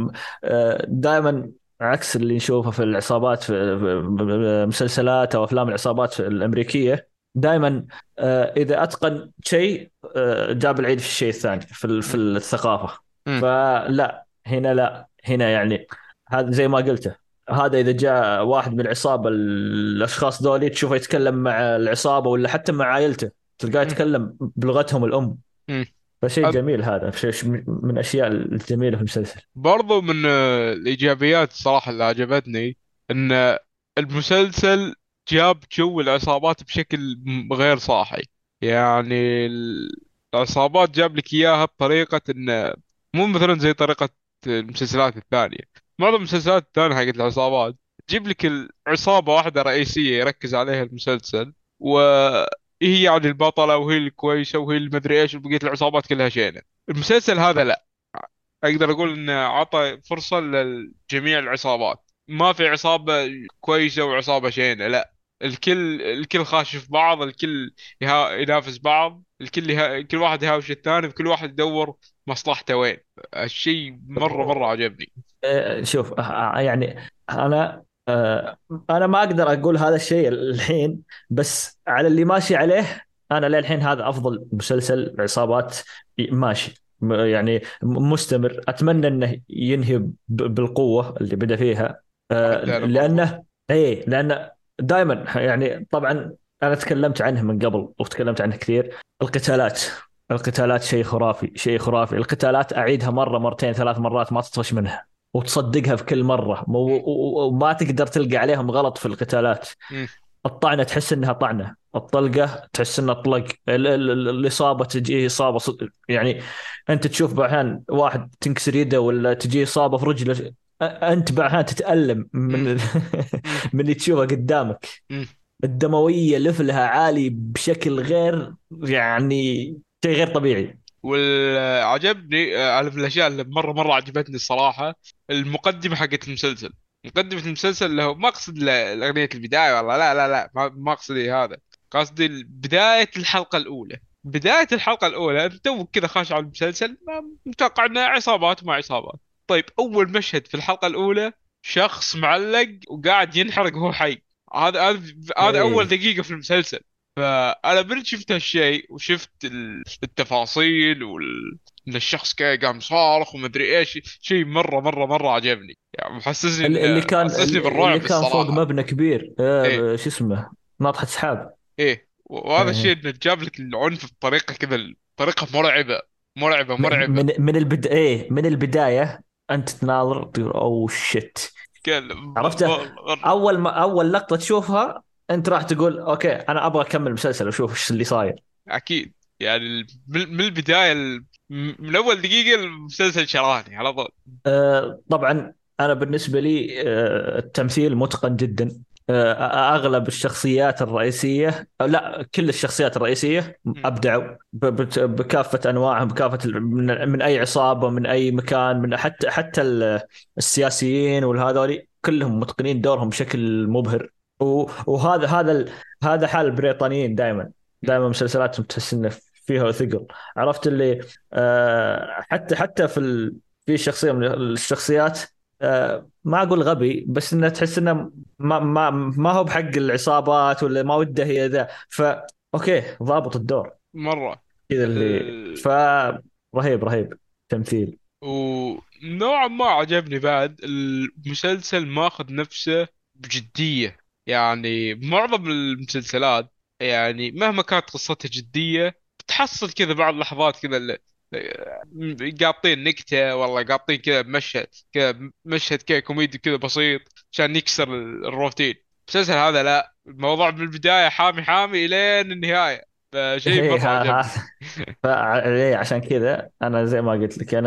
دائما عكس اللي نشوفه في العصابات في في مسلسلات أو أفلام العصابات الأمريكية. دائما إذا أتقن شيء آه، جاب العيد في الشيء الثاني في ال- في مم. الثقافة. مم. فلا هنا لا هنا يعني هذا زي ما قلته. هذا إذا جاء واحد من العصابة الأشخاص ذولي تشوفه يتكلم مع العصابة ولا حتى مع عائلته تلقاه مم. يتكلم بلغتهم الأم. مم. فشيء جميل هذا شيء من الاشياء الجميله في المسلسل. برضو من آه، الإيجابيات الصراحة اللي عجبتني أن المسلسل جاب جو العصابات بشكل م- غير صاحي. يعني ال- العصابات جاب لك إياها بطريقة أن مو مثلا زي طريقة المسلسلات الثانية. معظم المسلسلات الثانية حقت العصابات تجيب لك العصابة واحدة رئيسية يركز عليها المسلسل، وهي يعني البطلة وهي الكويسة وهي المدري ايش، وبقية العصابات كلها شينة. المسلسل هذا لا، اقدر اقول انه عطى فرصه لجميع العصابات. ما في عصابه كويسه وعصابه شينه، لا، الكل الكل خاش في بعض، الكل يها... ينافس بعض، الكل يها... كل واحد يهاوش الثاني، وكل واحد يدور مصلحته وين. الشيء مره مره عجبني. آه، شوف آه، آه، يعني انا آه، انا ما اقدر اقول هذا الشيء الحين. بس على اللي ماشي عليه انا للحين هذا افضل مسلسل عصابات ماشي. م- يعني م- مستمر. اتمنى انه ينهي ب- بالقوه اللي بدا فيها. آه، حتى انا برضو. لانه ايه لانه دائما يعني طبعا انا تكلمت عنه من قبل وتكلمت عنه كثير. القتالات القتالات شيء خرافي شيء خرافي. القتالات اعيدها مره مرتين ثلاث مرات ما تطفش منها وتصدقها في كل مره مو- مم. و- وما تقدر تلقى عليهم غلط في القتالات. مم. الطعنه تحس انها طعنه. الطلقه تحس انها طلق. ال- ال- ال- الاصابه تجي اصابه صد- يعني انت تشوف احيانا واحد تنكسر يده ولا تجي اصابه في رجله انت بعدها تتألم من مم. ال... مم. من اللي تشوفه قدامك. مم. الدموية ليفلها عالي بشكل غير يعني شيء غير طبيعي. والعجبني آه، من الاشياء اللي مره مره عجبتني الصراحه المقدمه حقت المسلسل. مقدمه المسلسل اللي هو ما اقصد ل- الاغنيه البدايه والله، لا لا لا، ما ما اقصدي هذا. قصدي بدايه الحلقه الاولى. بدايه الحلقه الاولى انت توك كذا خاش على المسلسل، ما- متوقع انه عصابات وما عصابات. طيب اول مشهد في الحلقه الاولى، شخص معلق وقاعد ينحرق وهو حي. هذا هذا هذا اول ايه دقيقه في المسلسل. فانا من شفت هالشيء وشفت ال- التفاصيل وال ان الشخص كذا قام صارخ ومدري ايش، شيء مره مره مره عجبني، يعني محسسني اللي اللي إن- كان محسسني اللي بالرعب كان فوق الصراحه. مبنى كبير، ايه. آه، شو اسمه، ناطحة سحاب. ايه. وهذا الشيء ايه. انه جاب لك العنف بطريقه كذا، بطريقه مرعبه. مرعبه م- مرعبه. من من البد... ايه من البداية انت تناظر تقول اوه شيت. كان عرفته. مره. اول ما اول لقطة تشوفها انت راح تقول اوكي انا ابغى اكمل المسلسل واشوف ايش اللي صاير. اكيد. يعني ال- من من البدايه ال- من اول دقيقه المسلسل شراني على طول. آه، طبعا انا بالنسبه لي آه، التمثيل متقن جدا. آه، اغلب الشخصيات الرئيسيه، أو لا كل الشخصيات الرئيسيه م- ابدعوا ب- بت- بكافه انواعهم، بكافه ال- من من اي عصابه، من اي مكان، من حتى حتى ال- السياسيين والهذولي كلهم متقنين دورهم بشكل مبهر. و- وهذا هذا ال- هذا حال البريطانيين دائما. م- دائما مسلسلاتهم تحس انه فيها ثقل. عرفت اللي آه، حتى حتى في ال... في شخصيه من الشخصيات، آه، ما اقول غبي، بس انه تحس انه ما ما ما هو بحق العصابات ولا ما وده هي ذا، ف اوكي ضابط الدور مره. كذا اللي ف رهيب رهيب تمثيل. ونوعا ما عجبني بعد المسلسل ماخذ نفسه بجدية. يعني معظم المسلسلات يعني مهما كانت قصتها جدية بتحصل كذا بعض اللحظات كذا اللي قاطين نكتة، والله قاطين كذا مشهد كذا، مشهد كذا كوميدي كذا بسيط عشان يكسر الروتين. المسلسل هذا لا، الموضوع من البداية حامي حامي إلين النهاية. فشيء ايه مرة ها عجبني. ها. فعليه عشان كذا انا زي ما قلت لك، انا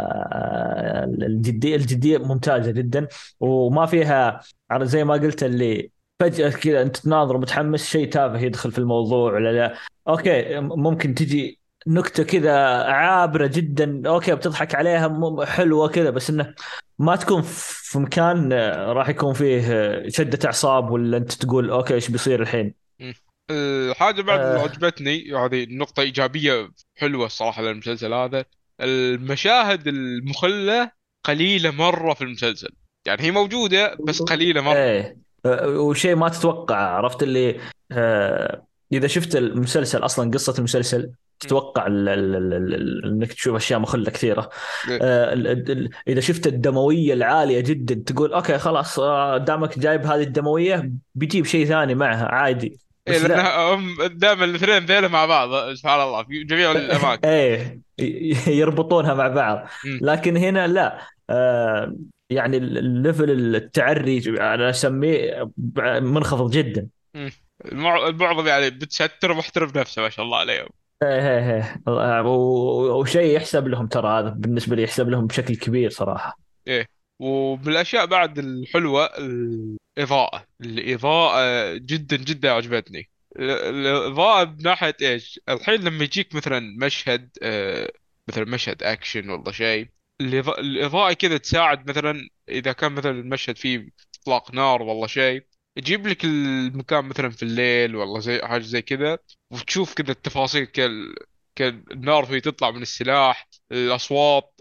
آه، الجديه الجديه ممتازه جدا، وما فيها على زي ما قلت اللي فجاه كذا انت تناظر متحمس شيء تافه يدخل في الموضوع ولا لا. اوكي ممكن تجي نكته كذا عابره جدا، اوكي بتضحك عليها، م- حلوه كذا، بس انه ما تكون في مكان آه، راح يكون فيه آه، شده اعصاب، ولا انت تقول اوكي ايش بيصير الحين. مم. الحاجة بعد اللي آه، عجبتني هذه نقطة إيجابية حلوة الصراحة للمسلسل هذا، المشاهد المخلة قليلة مرة في المسلسل. يعني هي موجودة بس قليلة مرة. ايه. أه، وشيء ما تتوقع، عرفت اللي آه، اذا شفت المسلسل اصلا قصة المسلسل مم. تتوقع ال- ال- ال- ال- انك تشوف اشياء مخلة كثيرة. إيه. آه، ال- ال- ال- اذا شفت الدموية العالية جدا تقول اوكي خلاص، آه، دامك جايب هذه الدموية بيجيب شيء ثاني معها عادي. إيه بس لا. لأنها هم دائما الاثنين ذيلا مع بعض سبحان الله في جميع الأماكن. ايه ي- يربطونها مع بعض. مم. لكن هنا لا. آه، يعني الليفل التعري انا اسميه منخفض جدا. مم. المع- المعظم يعني بتستر ومحترم نفسه ما شاء الله عليهم. ايه ايه ايه آه، و- وشيء يحسب لهم، ترى هذا بالنسبه لي يحسب لهم بشكل كبير صراحه. إيه. ومن الأشياء بعد الحلوة الإضاءة. الإضاءة جدا جدا عجبتني. ال- الإضاءة بناحية إيش؟ الحين لما يجيك مثلا مشهد آه، مثلا مشهد أكشن ولا شيء، الإضاءة الإضاءة كذا تساعد. مثلا إذا كان مثلا المشهد فيه إطلاق نار ولا شيء، يجيب لك المكان مثلا في الليل ولا زي حاجة زي كذا، وتشوف كذا التفاصيل كال كالنار وهي تطلع من السلاح، الأصوات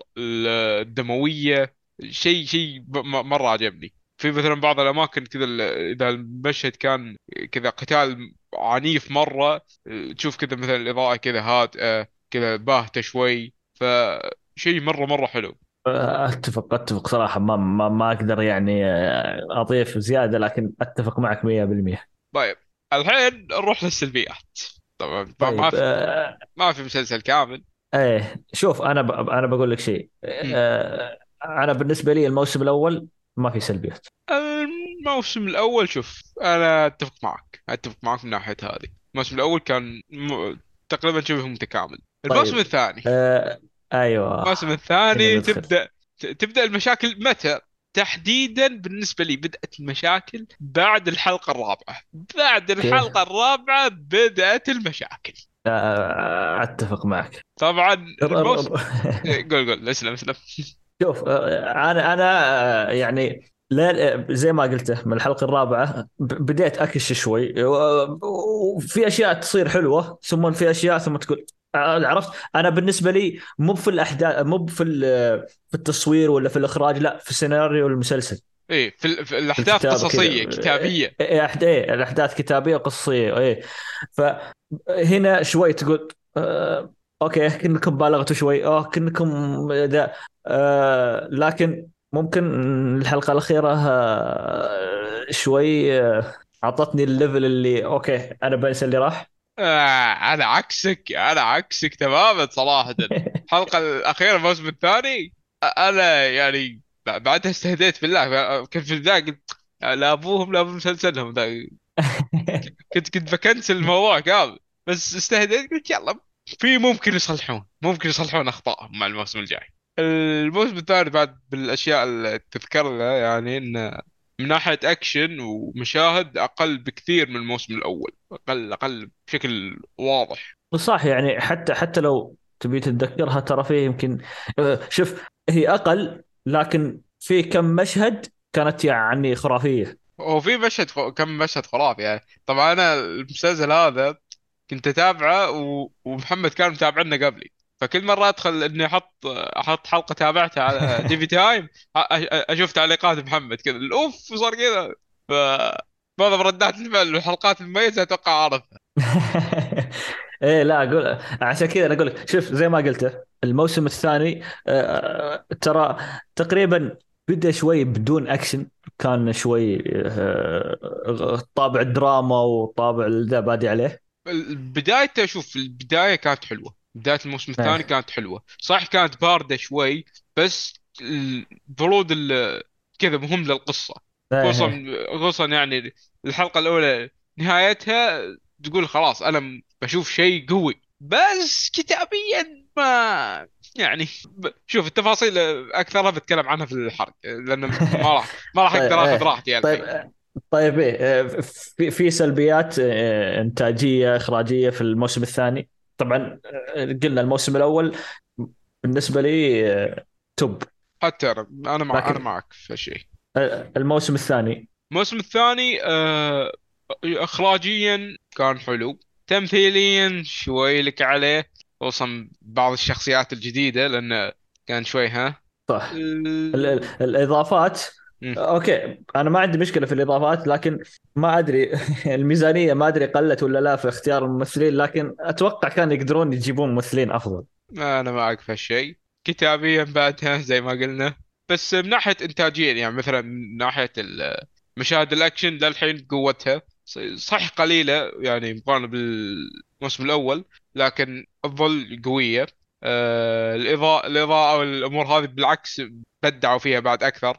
الدموية. شيء شيء ب- م- مرة عجبني. في مثلا بعض الأماكن كذا ال- إذا المشهد كان كذا قتال عنيف مرة، تشوف كذا مثلا الإضاءة كذا هادئة كذا باهتة شوي. فشيء مرة مرة حلو. آه، اتفق اتفق صراحه، ما ما, ما اقدر يعني آه، اضيف زياده، لكن اتفق معك مية بالمية. طيب الحين نروح للسلبيات. طبعا ما ما طيب في آه، ما في مسلسل كامل. ايه شوف انا ب... انا بقول لك شيء. مم. آه، انا بالنسبه لي الموسم الاول ما في سلبيات. الموسم الأول شوف أنا أتفق معك أتفق معك من ناحية هذه. الموسم الأول كان م... تقريبا شبه متكامل. الموسم طيب الثاني آه، ايوه الموسم هنا الثاني ندخل. تبدأ ت- تبدأ المشاكل متى؟ تحديدا بالنسبه لي بدات المشاكل بعد الحلقه الرابعه. بعد اوكي. الحلقه الرابعه بدات المشاكل. آه، اتفق معك. طبعا ر- ر- الموسم. ر- إيه، قول قول اسلم اسلم. شوف، آه، انا انا آه، يعني لا، زي ما قلته من الحلقه الرابعه ب- بديت اكش شوي، و- وفي اشياء تصير حلوه ثم في اشياء ثم تقول آه، عرفت. انا بالنسبه لي مو في الاحداث، مو في ال- في التصوير ولا في الاخراج، لا في سيناريو المسلسل، ايه في, ال... في في الاحداث الكتابه كذا. قصصيه كتابيه. إيه، أحد- إيه، الاحداث كتابيه قصيه. ايه، فهنا شوي تقول آه اوكي كنكم بالغتوا شوي، اه كنكم ذا. آه لكن ممكن الحلقه الاخيره آه شوي آه اعطتني الليفل اللي اوكي انا بنسى اللي راح. آه انا عكسك، انا عكسك تماما صراحه. الحلقه الاخيره الموسم الثاني انا يعني بعدها استهديت بالله. كنت في البدايه قلت لا ابوهم لا ابو مسلسلهم ذا. كنت كنت بكنسل الموضوع كامل. بس استهديت قلت يلا، في ممكن يصلحون، ممكن يصلحون اخطائهم مع الموسم الجاي. الموسم الثاني بعد بالاشياء اللي تذكر لها يعني انه من ناحيه اكشن ومشاهد اقل بكثير من الموسم الاول. اقل اقل بشكل واضح. صح، يعني حتى حتى لو تبي تتذكرها ترى فيه يمكن آه، شوف، هي اقل لكن في كم مشهد كانت يعني خرافيه. هو في مشهد خ... كم مشهد خرافي يعني. طبعا انا المسلسل هذا كنت اتابعه و... ومحمد كان متابعنا قبلي. فكل مره ادخل اني احط احط حلقه تابعتها على دي في تايم، أ... أ- اشوف تعليقات محمد كذا الاوف صار كذا. ف معظم ردات الفعل والحلقات المميزه اتوقع اعرفها. ايه لا اقول، عشان كذا انا اقول لك شوف زي ما قلت الموسم الثاني آه، ترى تقريبا بدأ شوي بدون اكشن، كان شوي آه، طابع الدراما وطابع ذا بادي عليه. بدايته، شوف البدايه كانت حلوه. بدايه الموسم الثاني ايه كانت حلوه صح، كانت بارده شوي. بس البرود ال- كذا مهم للقصه. ايه خصوصا خصوصا يعني الحلقه الاولى نهايتها تقول خلاص انا م- بشوف شيء قوي. بس كتابيا ما يعني ب- شوف التفاصيل اكثرها بتكلم عنها في الحرق لان ما راح ما راح طيب اقدر اخذ ايه راحتي طيب الحين. طيب ايه في في سلبيات آه، انتاجيه اخراجيه في الموسم الثاني. طبعا آه، قلنا الموسم الاول بالنسبه لي آه، توب، حتى انا انا مع انا لكن معك في هالشيء. آه، الموسم الثاني الموسم الثاني آه، اخراجيا كان حلو. تمثيليا شوي لك عليه، خصوصا بعض الشخصيات الجديدة لأنه كان شوي ها. صح. ال- ال- ال- الاضافات مم. اوكي انا ما عندي مشكله في الاضافات، لكن ما ادري الميزانيه ما ادري قلت ولا لا في اختيار الممثلين، لكن اتوقع كان يقدرون يجيبون ممثلين افضل. أنا معك في هالشيء. كتابيا بعدها زي ما قلنا. بس من ناحية إنتاجيا يعني مثلا من ناحية ال- مشاهد الأكشن للحين قوتها صح قليلة يعني مقارنة بالموسم الأول، لكن تظل قوية. آه، الإضاءة الإضاءة والأمور هذه بالعكس بدعوا فيها بعد أكثر.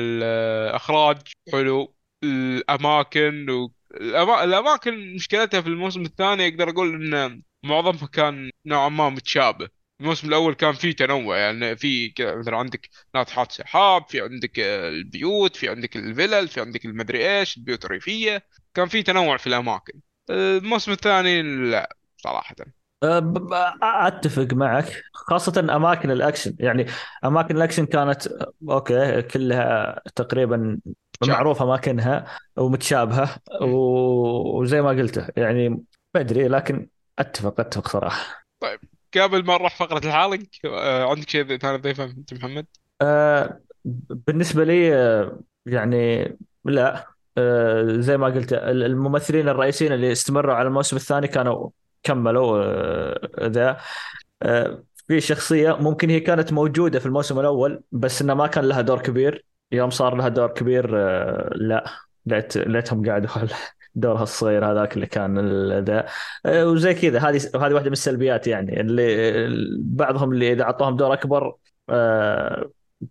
الإخراج حلو. الأماكن و... الأما... الأماكن مشكلتها في الموسم الثاني أقدر أقول إن معظمها كان نوعا ما متشابه. الموسم الأول كان فيه تنوع يعني في كذا مثلا عندك ناطحات سحاب، في عندك آه، البيوت، في عندك الفلل، في عندك المدري إيش البيوت الريفية. كان في تنوع في الأماكن. الموسم الثاني لا صراحة. أه، ب- ب- اتفق معك خاصه اماكن الاكشن، يعني اماكن الاكشن كانت أه، اوكي كلها تقريبا شابه. معروفه اماكنها ومتشابهه، مم. و- وزي ما قلته يعني ما ادري، لكن اتفق اتفق صراحه. طيب قبل ما نروح فقرة الحالق آه، عندك شيء ثاني تضيفه انت محمد؟ أه بالنسبة لي أه يعني لا، أه زي ما قلت ال- الممثلين الرئيسيين اللي استمروا على الموسم الثاني كانوا كملوا أه ذا. أه في شخصية ممكن هي كانت موجودة في الموسم الأول بس إنه ما كان لها دور كبير، يوم صار لها دور كبير أه لا، لقيت لقيتهم قاعدوا على دورها الصغير هذاك اللي كان ال- ذا. أه وزي كذا هذه هذه واحدة من السلبيات، يعني اللي بعضهم اللي إذا أعطوهم دور أكبر آه،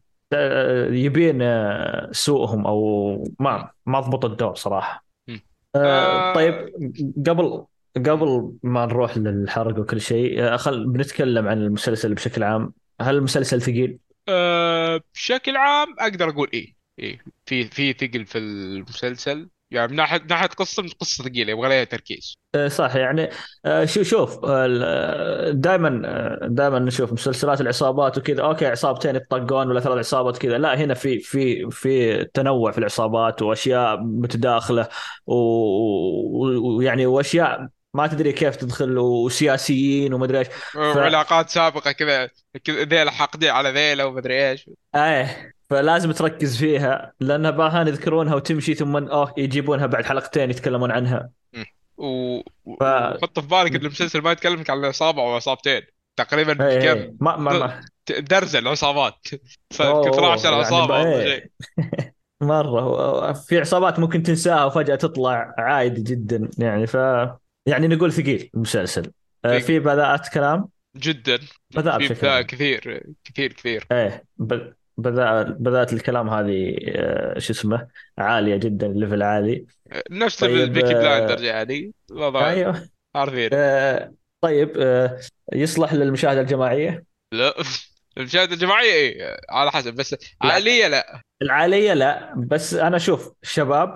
يبين آه، سوءهم او مم. ما ما ضبط الدور صراحه. مم. آه، آه، طيب قبل مم. قبل ما نروح للحرق وكل شيء آه، خل بنتكلم عن المسلسل بشكل عام. هل المسلسل ثقيل؟ آه، بشكل عام اقدر اقول ايه. إيه في في ثقل في المسلسل، يعني من ناحيه من ناحيه قصه، من قصه ثقيله يبغى لها تركيز. آه، صح يعني. آه، شو شوف، دائما دائما نشوف مسلسلات العصابات وكذا، اوكي عصابتين يطقون ولا ثلاث عصابات كذا، لا هنا في في في تنوع في العصابات واشياء متداخله و- و- ويعني واشياء ما تدري كيف تدخل، وسياسيين ومدري ايش. ف وعلاقات سابقه كذا، كذا ذيلا حاقدين على ذيلا ومدري ايش. ايه فلازم تركز فيها، لانها بعضها يذكرونها وتمشي ثم اوه يجيبونها بعد حلقتين يتكلمون عنها. مم. و... ف وحط في بالك ان المسلسل ما يتكلمك عن عصابه او عصابتين، تقريبا ايه كم ايه ما ما ما درزه العصابات. اوه فيمكن اثنا عشر أوه، يعني عصابه بقى ولا شيء. ايه مره في عصابات ممكن تنساها وفجأة تطلع عادي جدا يعني. ف يعني نقول ثقيل المسلسل. آه، في ثقيل بذاءة كلام، جدا. بذاء في بشكل بذاء عام. كثير كثير كثير. ايه ب- بذاء بذاءة الكلام هذه آه، شو اسمه عالية جدا، ليفل عالي. نفس ليفل طيب بيكي بلايندرز آه، يعني الوضع ايوه. عارفين. آه، طيب آه، يصلح للمشاهدة الجماعية؟ لا. المشاهدة الجماعية ايه على حسب، بس عائلية لا. العالية لا، بس أنا أشوف شباب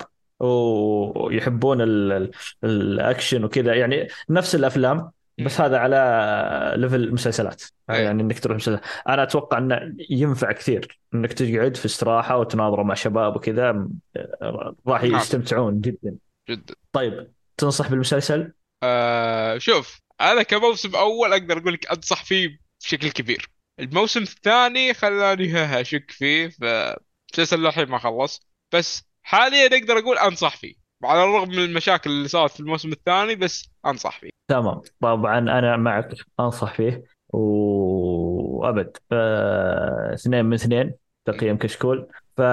ويحبون ال- ال- الأكشن وكذا، يعني نفس الأفلام، مم. بس هذا على ليفل مسلسلات. ايه يعني انك تروح مسلسل، انا اتوقع انه ينفع كثير انك تقعد في استراحه وتناظروا مع شباب وكذا، راح نعم يستمتعون جدا. جدا. طيب تنصح بالمسلسل؟ آه شوف انا كموسم اول اقدر اقول لك انصح فيه بشكل كبير. الموسم الثاني خلاني ها اشك فيه، فمسلسل للحين ما خلص، بس حاليا اقدر اقول انصح فيه على الرغم من المشاكل اللي صارت في الموسم الثاني، بس انصح فيه. تمام طبعا انا معك، انصح فيه وابد. آه، اثنين من اثنين تقييم كشكول.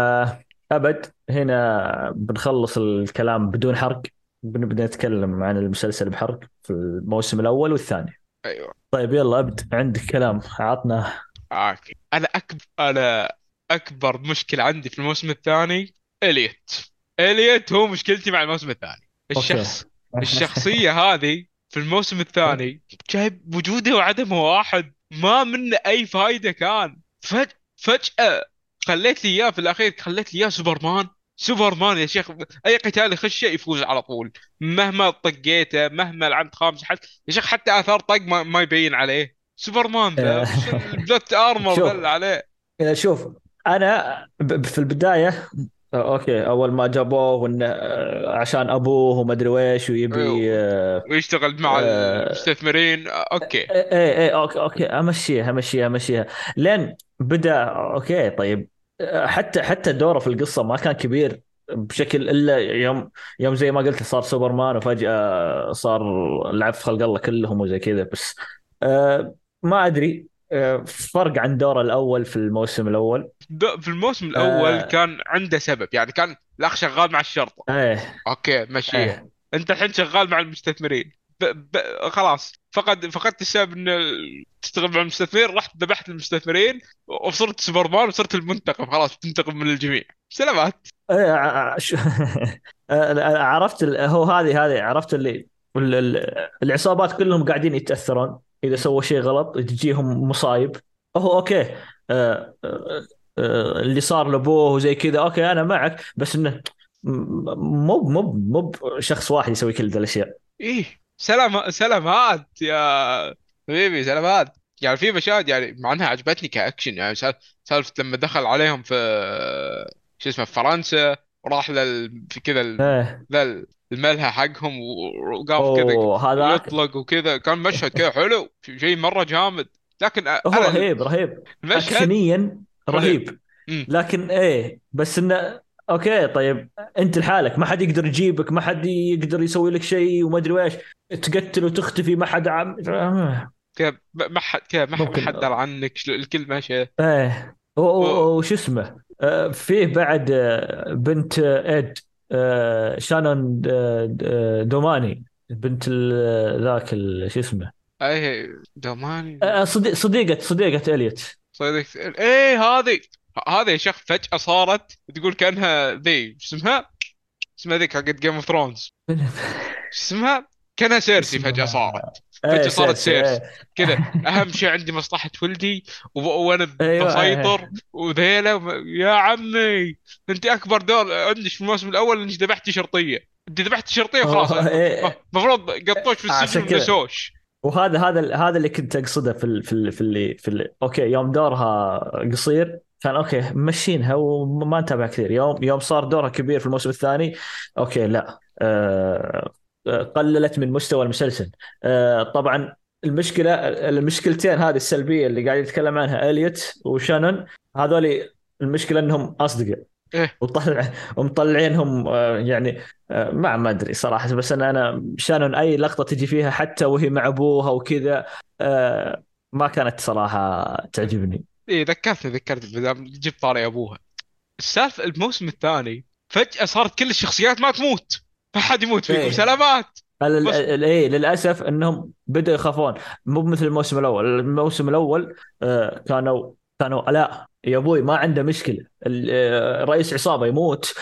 فابد هنا بنخلص الكلام بدون حرق، بنبدا نتكلم عن المسلسل بحرق في الموسم الاول والثاني. ايوه. طيب يلا ابد، عندك كلام عطنا. اوكي انا اكبر انا اكبر مشكلة عندي في الموسم الثاني اليوت. اليوت هو مشكلتي مع الموسم الثاني. اوكي. الشخص الشخصية هذه في الموسم الثاني جايب وجوده وعدمه واحد، ما منه اي فايدة كان. فج... فجأة خليت لي اياه في الاخير، خليت لي اياه سوبرمان. سوبرمان يا شيخ، اي قتال يخشه يفوز على طول، مهما طقيته مهما لعنت خامس حد يا شيخ، حتى اثار طق ما, ما يبين عليه. سوبرمان ذا وش البلوت ارمر ذا شوف اللي عليه. شوف انا ب- ب- في البدايه اوكي اول ما جابوه وانه آه، عشان ابوه وما ادري ويش ويبي أيوه. آه، ويشتغل مع آه، المستثمرين اوكي. ايه ايه اوكي اوكي امشيها امشيها امشيها لين بدا. اوكي طيب آه، حتى حتى دوره في القصه ما كان كبير بشكل، الا يوم يوم زي ما قلت صار سوبرمان وفجاه صار لعب في خلق الله كلهم وزي كذا. بس آه، ما ادري آه، فرق عن دوره الاول في الموسم الاول. د- في الموسم الاول آه، كان عنده سبب، يعني كان الاخ شغال مع الشرطة. ايه اوكي مشيها. ايه انت الحين شغال مع المستثمرين. ب... ب... خلاص فقد فقدت السبب ان تشتغل مع المستثمرين، رحت ذبحت المستثمرين وصرت سوبرمان وصرت المنتقم، خلاص تنتقم من الجميع. سلامات. ايه ع- ش- آه، عرفت ال- هو هذه هذه عرفت اللي ال- ال- العصابات كلهم قاعدين يتأثرون اذا سووا شيء غلط تجيهم مصايب. هو اوكي آه، آه، آه، اللي صار لابوه وزي كذا اوكي انا معك، بس انه م- مو مو مو شخص واحد يسوي كل ذي الاشياء. ايه سلام سلامات يا حبيبي سلامات. يعني في مشاهد يعني مع انها عجبتني كاكشن، يعني سال- سالفه لما دخل عليهم في شو اسمه في فرنسا، وراح لل في كذا ال- ايه ذا الملهى حقهم و- وقاف كذا اوه هذاك ويطلق وكذا، كان مشهد كذا حلو، شيء مره جامد. لكن هو انا رهيب رهيب المشهد اكشنيا حلو. رهيب. امم لكن ايه بس انه اوكي طيب انت لحالك ما حد يقدر يجيبك، ما حد يقدر يسوي لك شيء وما ادري ايش، تقتل وتختفي ما حد عم آه، كذا ما حد كذا ما ما ممكن حد درى عنك، شلو- الكل ماشي. ايه و- و- وش اسمه آه، فيه بعد آه، بنت آه، اد آه، شانون آه، آه، دوماني، بنت ال- ذاك ال- شو اسمه اي دوماني. آه، صديق صديقة صديقة اليوت. صيدك ايه هذه. هذه يا شيخ فجأة صارت تقول كانها ذي شو اسمها، اسمها ذيك حقت جيم اوف ثرونز، شو اسمها، كانها سيرسي فجأة اسمها صارت. فجاه ايه صارت سيرسي سيرس ايه. كذا. اهم شيء عندي مصلحه ولدي، و- وانا ايوه بسيطر ايه. وذيلا وم- يا عمي، انت اكبر دور عندك في الموسم الاول انك ذبحتي شرطيه، انت ذبحتي شرطيه وخلاص، أوه، إيه. المفروض قطوش في السجن عشان كذا. ونسوش. وهذا هذا هذا اللي كنت اقصده في ال في ال في اللي في اللي اوكي يوم دورها قصير كان اوكي مشينها وما نتابع كثير. يوم يوم صار دورها كبير في الموسم الثاني اوكي لا آه آه، قللت من مستوى المسلسل. آه طبعا المشكله المشكلتين هذه السلبيه اللي قاعد يتكلم عنها اليوت وشانون هذول، المشكله انهم اصدقاء ايه وطلع ومطلعينهم آه، يعني آه، ما ما ادري صراحه. بس انا انا شانون اي لقطه تجي فيها حتى وهي مع ابوها وكذا آه، ما كانت صراحه تعجبني. ايه ذكرتني ذكرت بدام جبت طاري ابوها. السالفه الموسم الثاني فجاه صارت كل الشخصيات ما تموت، ما حد يموت فيكم ايه سلامات. ال- بس ال- ايه للاسف انهم بدأوا يخافون. مو مثل الموسم الاول. الموسم الاول آه، كانوا كانوا لا يا ابوي ما عنده مشكله ال- آه، رئيس عصابه يموت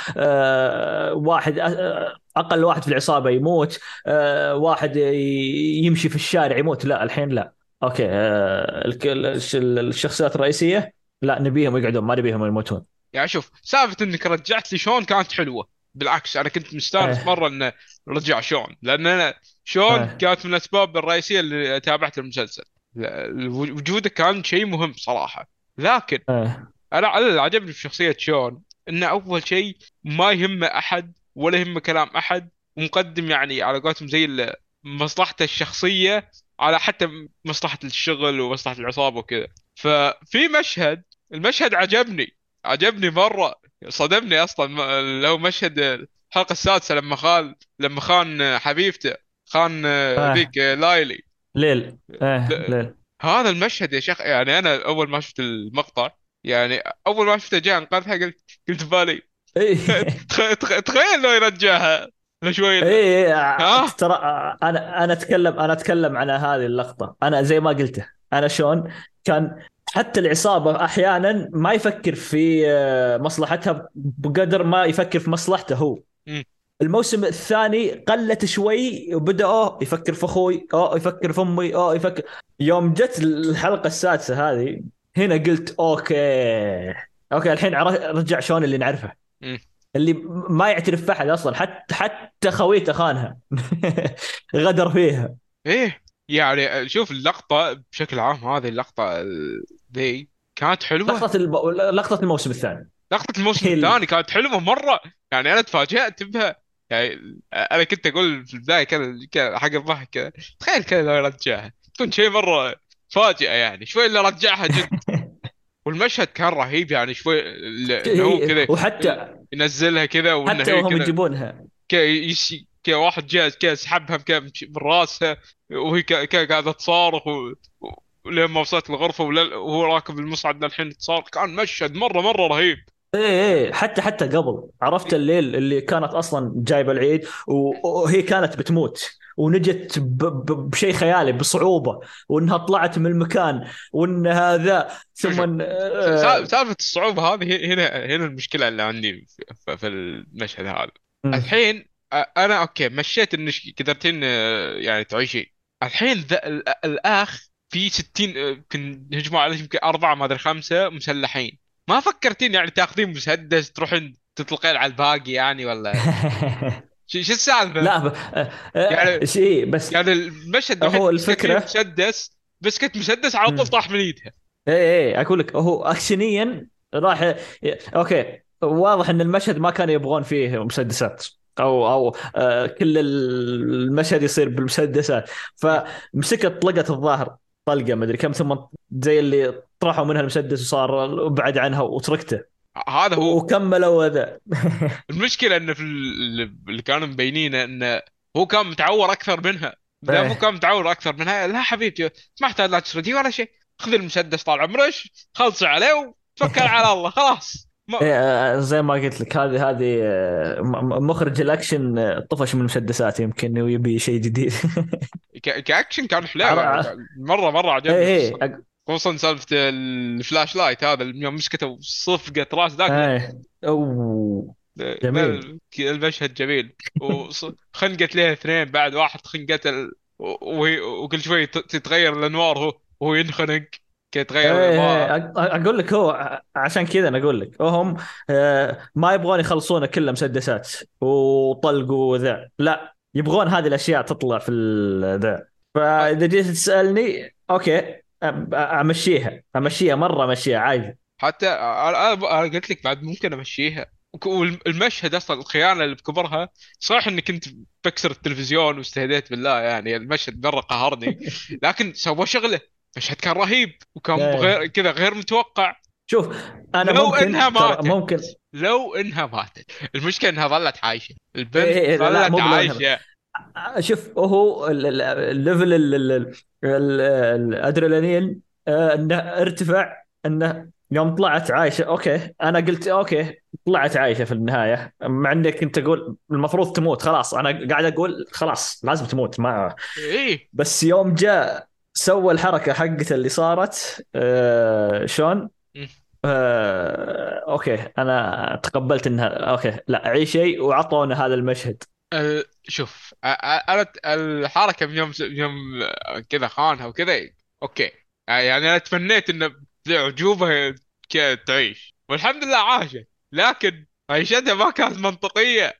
آه، واحد آه، اقل واحد في العصابه يموت آه، واحد ي- يمشي في الشارع يموت. لا الحين لا. اوكي آه، الك- الش- الشخصيات الرئيسيه لا نبيهم يقعدون ما نبيهم يموتون. يعني شوف، سالفه انك رجعت لي شون كانت حلوه، بالعكس انا كنت مستانس ايه مره انه رجع شون، لان انا شون ايه كانت من الاسباب الرئيسيه اللي تابعت المسلسل. لا- وجوده كان شيء مهم صراحه. لكن ايه انا على اللي عجبني في شخصيه شون انه اول شيء ما يهمه احد ولا يهمه كلام احد، ومقدم يعني على قولتهم زي ال- مصلحته الشخصيه على حتى مصلحه الشغل ومصلحه العصابه وكذا. ففي مشهد، المشهد عجبني، عجبني مره، صدمني اصلا، م- لو مشهد الحلقه السادسه لما خان لما خان حبيبته، خان ايه ذيك لايلي. ليل ايه ليل. هذا المشهد يا شيخ، يعني انا اول ما شفت المقطع، يعني اول ما شفته جاء انقذها، قلت قلت في بالي ايه تخ- تخ- تخيل لو يرجعها لشوي. ايه ع- ها. ترى انا انا اتكلم انا اتكلم عن هذه اللقطه. انا زي ما قلته انا شون كان حتى العصابه احيانا ما يفكر في آه، مصلحتها بقدر ما يفكر في مصلحته هو. مم. الموسم الثاني قلت شوي وبدا اوه يفكر في اخوي اوه يفكر في امي اوه يفكر. يوم جت الحلقه السادسه هذه هنا قلت اوكي اوكي الحين عر- رجع شون اللي نعرفه مم. اللي ما يعترف في احد اصلا. حتى حتى خويته خانها غدر فيها. ايه يعني شوف اللقطة بشكل عام، هذه اللقطة ال- ذي كانت حلوة. لقطه الب... لقطه الموسم الثاني. لقطة الموسم هي ال... الثاني كانت حلوة مرة، يعني انا تفاجأت بها. يعني انا كنت اقول في البداية كذا كذا حق الضحك كذا، تخيل كذا لو يرجعها تكون شيء مرة فاجئة، يعني شوي اللي رجعها جد. والمشهد كان رهيب، يعني شوي ال- انه هو هي... كذا ال- وحتى ينزلها كذا، وانه حتى هي وهم كذا يجيبونها كذا يش- كذا واحد جاء كذا سحبها كذا من راسها، وهي كذا كذا قاعده تصارخ و... و- ولما وصلت الغرفه ولل- وهو راكب المصعد للحين تصارخ. كان مشهد مره مره رهيب. ايه ايه حتى حتى قبل عرفت الليل اللي كانت اصلا جايبه العيد و- وهي كانت بتموت ونجت ب... ب... بشيء خيالي بصعوبه وانها طلعت من المكان وان هذا شوف ثم شوف سا- آه... سالفه الصعوبه هذه هنا هنا المشكله اللي عندي في, في المشهد هذا. مم. الحين أ- انا اوكي مشيت انك قدرتين آه، يعني تعيشين. الحين ذا ال- الاخ في ستين، آه، يمكن هجموا عليه يمكن اربعه ما ادري خمسه مسلحين، ما فكرتين يعني تاخذين مسدس تروحين تطلقين على الباقي يعني، ولا شو شو السالفه؟ لا ب... آه... آه... يعني شيء بس. يعني المشهد الوحيد هو اللي مسكت فيه الفكره. مسدس، مسكت مسدس على طول مم. طاح من ايدها. ايه ايه اقول لك هو اكشنيا راح. اوكي واضح ان المشهد ما كانوا يبغون فيه مسدسات او او آه كل المشهد يصير بالمسدسات. فمسكت طلقت الظاهر طلقه ما ادري كم ثم زي اللي طرحوا منها المسدس وصار بعد عنها وتركته هذا هو وكملوا ذا. المشكله، انه في ال- اللي كانوا مبينينه انه هو كان متعور اكثر منها. لا مو كان ايه متعور اكثر منها، لا حبيبتي ما احتاج لا تسردي ولا شيء، خذ المسدس طال عمرك، خلصي عليه وتوكل على الله خلاص. ما إيه، آه، زي ما قلت لك هذه هذه آه، م- م- مخرج الاكشن آه، طفش من المسدسات يمكن ويبي شيء جديد. ك- كاكشن كان حلو عر- يعني، عر- كان مره مره عجبني، ايه خصوصا ايه خصوصا سالفه الفلاش لايت هذا اللي يوم مسكته وصفقت راس ذاك. ايه اوه لا جميل. المشهد جميل، وخنقت له اثنين بعد واحد خنقت ال... و- وكل شوي ت- تتغير الانوار، هو وهو ينخنق كي ايه يتغير إيه، الاضاءه. أ- اقول لك هو ع- عشان كذا انا اقول لك هم آه، ما يبغون يخلصونه كله مسدسات وطلق وذا، لا يبغون هذه الاشياء تطلع في ال- ذا. فاذا جيت تسالني اوكي، أ- امشيها امشيها مره امشيها عادي. حتى انا أنا قلت لك بعد ممكن امشيها. وك- والمشهد اصلا الخيانه اللي بكبرها، صح اني كنت بكسر التلفزيون واستهديت بالله، يعني المشهد مره قهرني، لكن سوى شغله. المشهد كان رهيب وكان إيه. غير كذا، غير متوقع. شوف انا لو انها ممكن ترى ماتت، ممكن. لو انها ماتت، المشكله انها ظلت عايشه، إيه البنت إيه، لا ظلت مو بلونها. عايشه. شوف هو ال- ال- الليفل ال- ال- ال- ال- الادرينالين آه، انه ارتفع، انه يوم طلعت عايشه. اوكي انا قلت اوكي طلعت عايشه في النهايه، مع انك كنت اقول المفروض تموت خلاص، انا قاعد اقول خلاص لازم تموت ما. ايه. بس يوم جاء سوى الحركه حقته اللي صارت آه شون م. آه اوكي انا تقبلت انها اوكي لا عيشي، وعطونا هذا المشهد. أه، شوف، أ- أ- انا ت- الحركه من يوم من يوم كذا خانها وكذا، اوكي. أه، يعني انا تمنيت ان عجوبه ك- تعيش، والحمد لله عاشت، لكن عيشتها ما كانت منطقيه.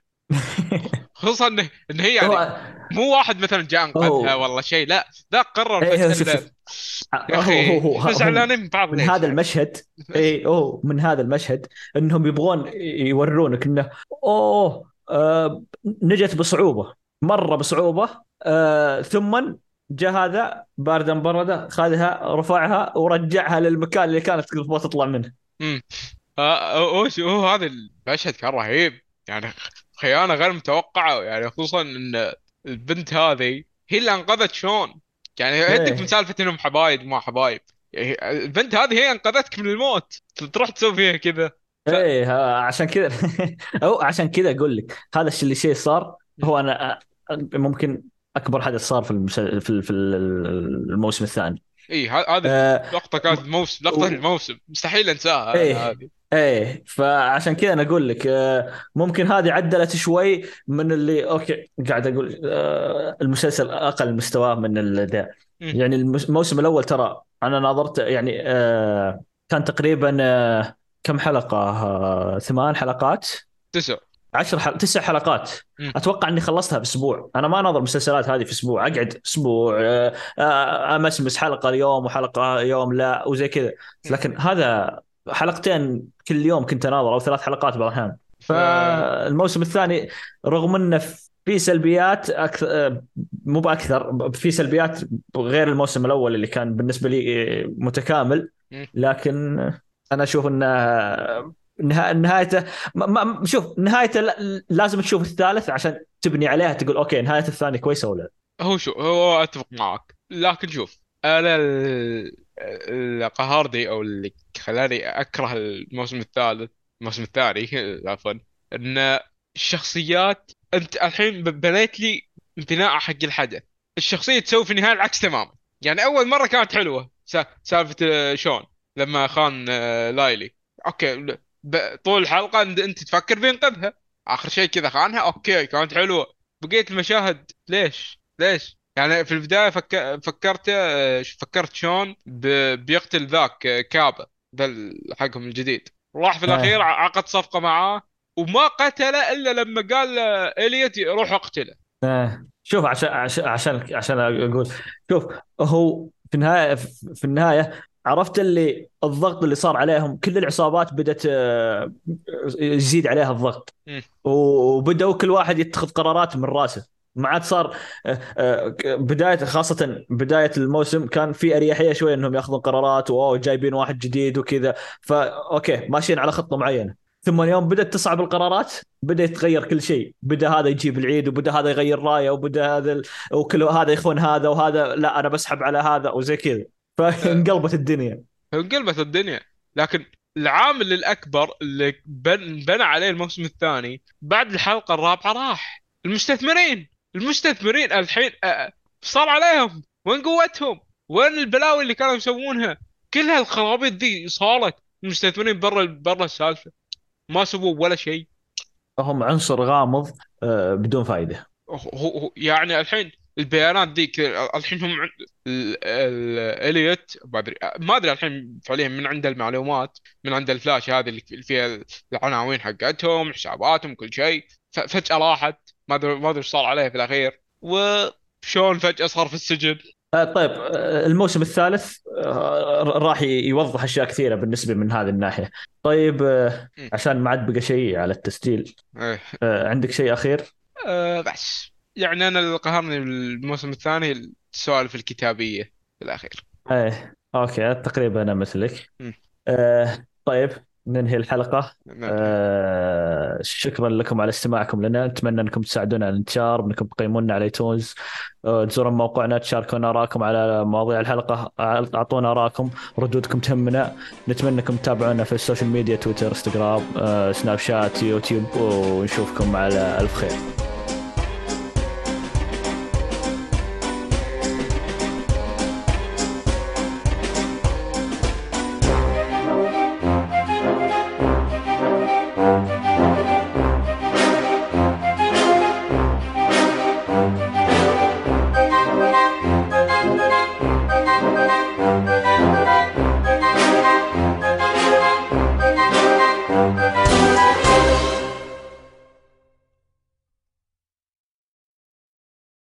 خصوصا انه ان هي يعني هو مو واحد مثلا جاء انقذها هو ولا شيء، لا، ذا قرر ايه هو فجاه شوف انه شوف يا هو هو اخي هو احنا هم زعلانين من بعض من ليش هذا يعني. المشهد. ايه هو من هذا المشهد انهم يبغون يورونك انه اوه آه نجت بصعوبة، مرة بصعوبة، آه ثم جاء هذا باردا بردا خذها رفعها ورجعها للمكان اللي كانت تبغى تطلع منه. امم آه، هو هو هذا المشهد كان رهيب، يعني خيانة غير متوقعة، يعني خصوصا ان البنت هذه هي اللي انقذت شون. يعني هدك من ايه سالفة انهم حبايب ما حبايب، يعني البنت هذه هي انقذتك من الموت، تروح تسوي فيها كذا. ف ايه ها- عشان كذا او عشان كذا اقول لك هذا الشيء اللي شيء صار. هو انا ممكن اكبر حدث صار في المسل... في في الموسم الثاني. اي، ه- هذه آه اللقطة كانت الموسم، لقطة و... الموسم مستحيل انساها انا ايه هذه. ايه فعشان كذا انا اقول لك آه ممكن هذه عدلت شوي من اللي اوكي قاعد اقول آه المسلسل اقل مستواه من ال- ذا. مم. يعني المس- الموسم الاول ترى انا ناظرت يعني آه كان تقريبا آه كم حلقة آه ثمان حلقات، تسع. عشر حل... تسع حلقات. مم. اتوقع اني خلصتها باسبوع، انا ما اناظر المسلسلات هذه في اسبوع، اقعد اسبوع آه، آه، امسمس حلقه اليوم وحلقه يوم لا وزي كذا. مم. لكن هذا حلقتين كل يوم كنت اناظر، او ثلاث حلقات بعض الاحيان. ف فالموسم الثاني رغم انه في سلبيات اكثر، مو باكثر، في سلبيات غير الموسم الاول اللي كان بالنسبه لي متكامل، مم. لكن انا اشوف انه نها- نهايته ما ما- شوف نهايته لا- لازم تشوف الثالث عشان تبني عليها تقول اوكي نهايه الثاني كويسه ولا لا. هو شو هو اتفق معك، لكن شوف، انا ال- اللي قهرني او اللي خلاني اكره الموسم الثالث، الموسم الثاني عفوا، ان الشخصيات، انت الحين ب- بنيت لي بناء حق الحدث، الشخصيه تسوي في النهايه العكس تماما. يعني اول مره كانت حلوه، س- سالفه آه، شون لما خان آه، لايلي، اوكي، ب- طول الحلقه انت أنت تفكر بينقذها، اخر شيء كذا خانها، اوكي كانت حلوه. بقيت المشاهد ليش ليش يعني في البداية فك... فكرت آه، فكرت شون ب... بيقتل ذاك آه، كابا، ذا ال- حقهم الجديد، راح في الأخير آه. ع- عقد صفقة معاه، وما قتله إلا لما قال آه، إليوت روح اقتله. آه. شوف عشان عشان عشان عشان اقول شوف هو في النهايه في النهايه عرفت اللي الضغط اللي صار عليهم، كل العصابات بدأت آه، يزيد عليها الضغط، مم. وبدأوا كل واحد يتخذ قرارات من راسه. ما عاد صار آه، آه، بداية خاصة بداية الموسم كان في أريحية شوية إنهم ياخذون قرارات، واو جايبين واحد جديد وكذا، فأوكي ماشيين على خطة معينة. ثم يوم بدأت تصعب القرارات بدأ يتغير كل شيء، بدأ هذا يجيب العيد، وبدأ هذا يغير رايه، وبدأ هذا ال... وكل هذا يخون هذا، وهذا لا أنا بسحب على هذا وزي كذا، آه، فانقلبت الدنيا. انقلبت الدنيا. لكن العامل الأكبر اللي بن... بنى عليه الموسم الثاني بعد الحلقة الرابعة راح المستثمرين. المستثمرين الحين آه، صار عليهم، وين قوتهم؟ وين البلاوي اللي كانوا يسوونها؟ كل هالخرابيط دي صارت، المستثمرين برا برا السالفة، ما سووا ولا شيء. هم عنصر غامض آه، بدون فائدة. هو هو- يعني الحين البيانات ذيك الحين هم عند ال- ال- اليوت ما ادري ما ادري الحين فعليا من عند المعلومات، من عند الفلاش هذه اللي فيها العناوين حقتهم حساباتهم كل شيء. ف- فجأة راحت، ما ادري ما ادري ايش صار عليه في الاخير، وشون فجأة صار في السجن. آه، طيب، آه، الموسم الثالث آه، راح يوضح اشياء كثيره بالنسبه من هذه الناحيه. طيب، آه، م. عشان ما عاد بقى شيء على التسجيل، إيه. آه، عندك شيء اخير؟ أه بس يعني انا اللي قهرني بالموسم الثاني السوالف الكتابية في الاخير. ايه، اوكي، تقريبا انا مثلك. م. آه، طيب، ننهي الحلقه. ننهي. آه، شكرا لكم على استماعكم لنا، نتمنى انكم تساعدونا على الانتشار، انكم تقيمونا على ايتونز، آه، تزورون موقعنا، تشاركونا اراءكم على مواضيع الحلقه، اعطونا اراءكم، ردودكم تهمنا. نتمنى انكم تتابعونا في السوشيال ميديا، تويتر، انستغرام، آه، سناب شات، يوتيوب، ونشوفكم على الف خير.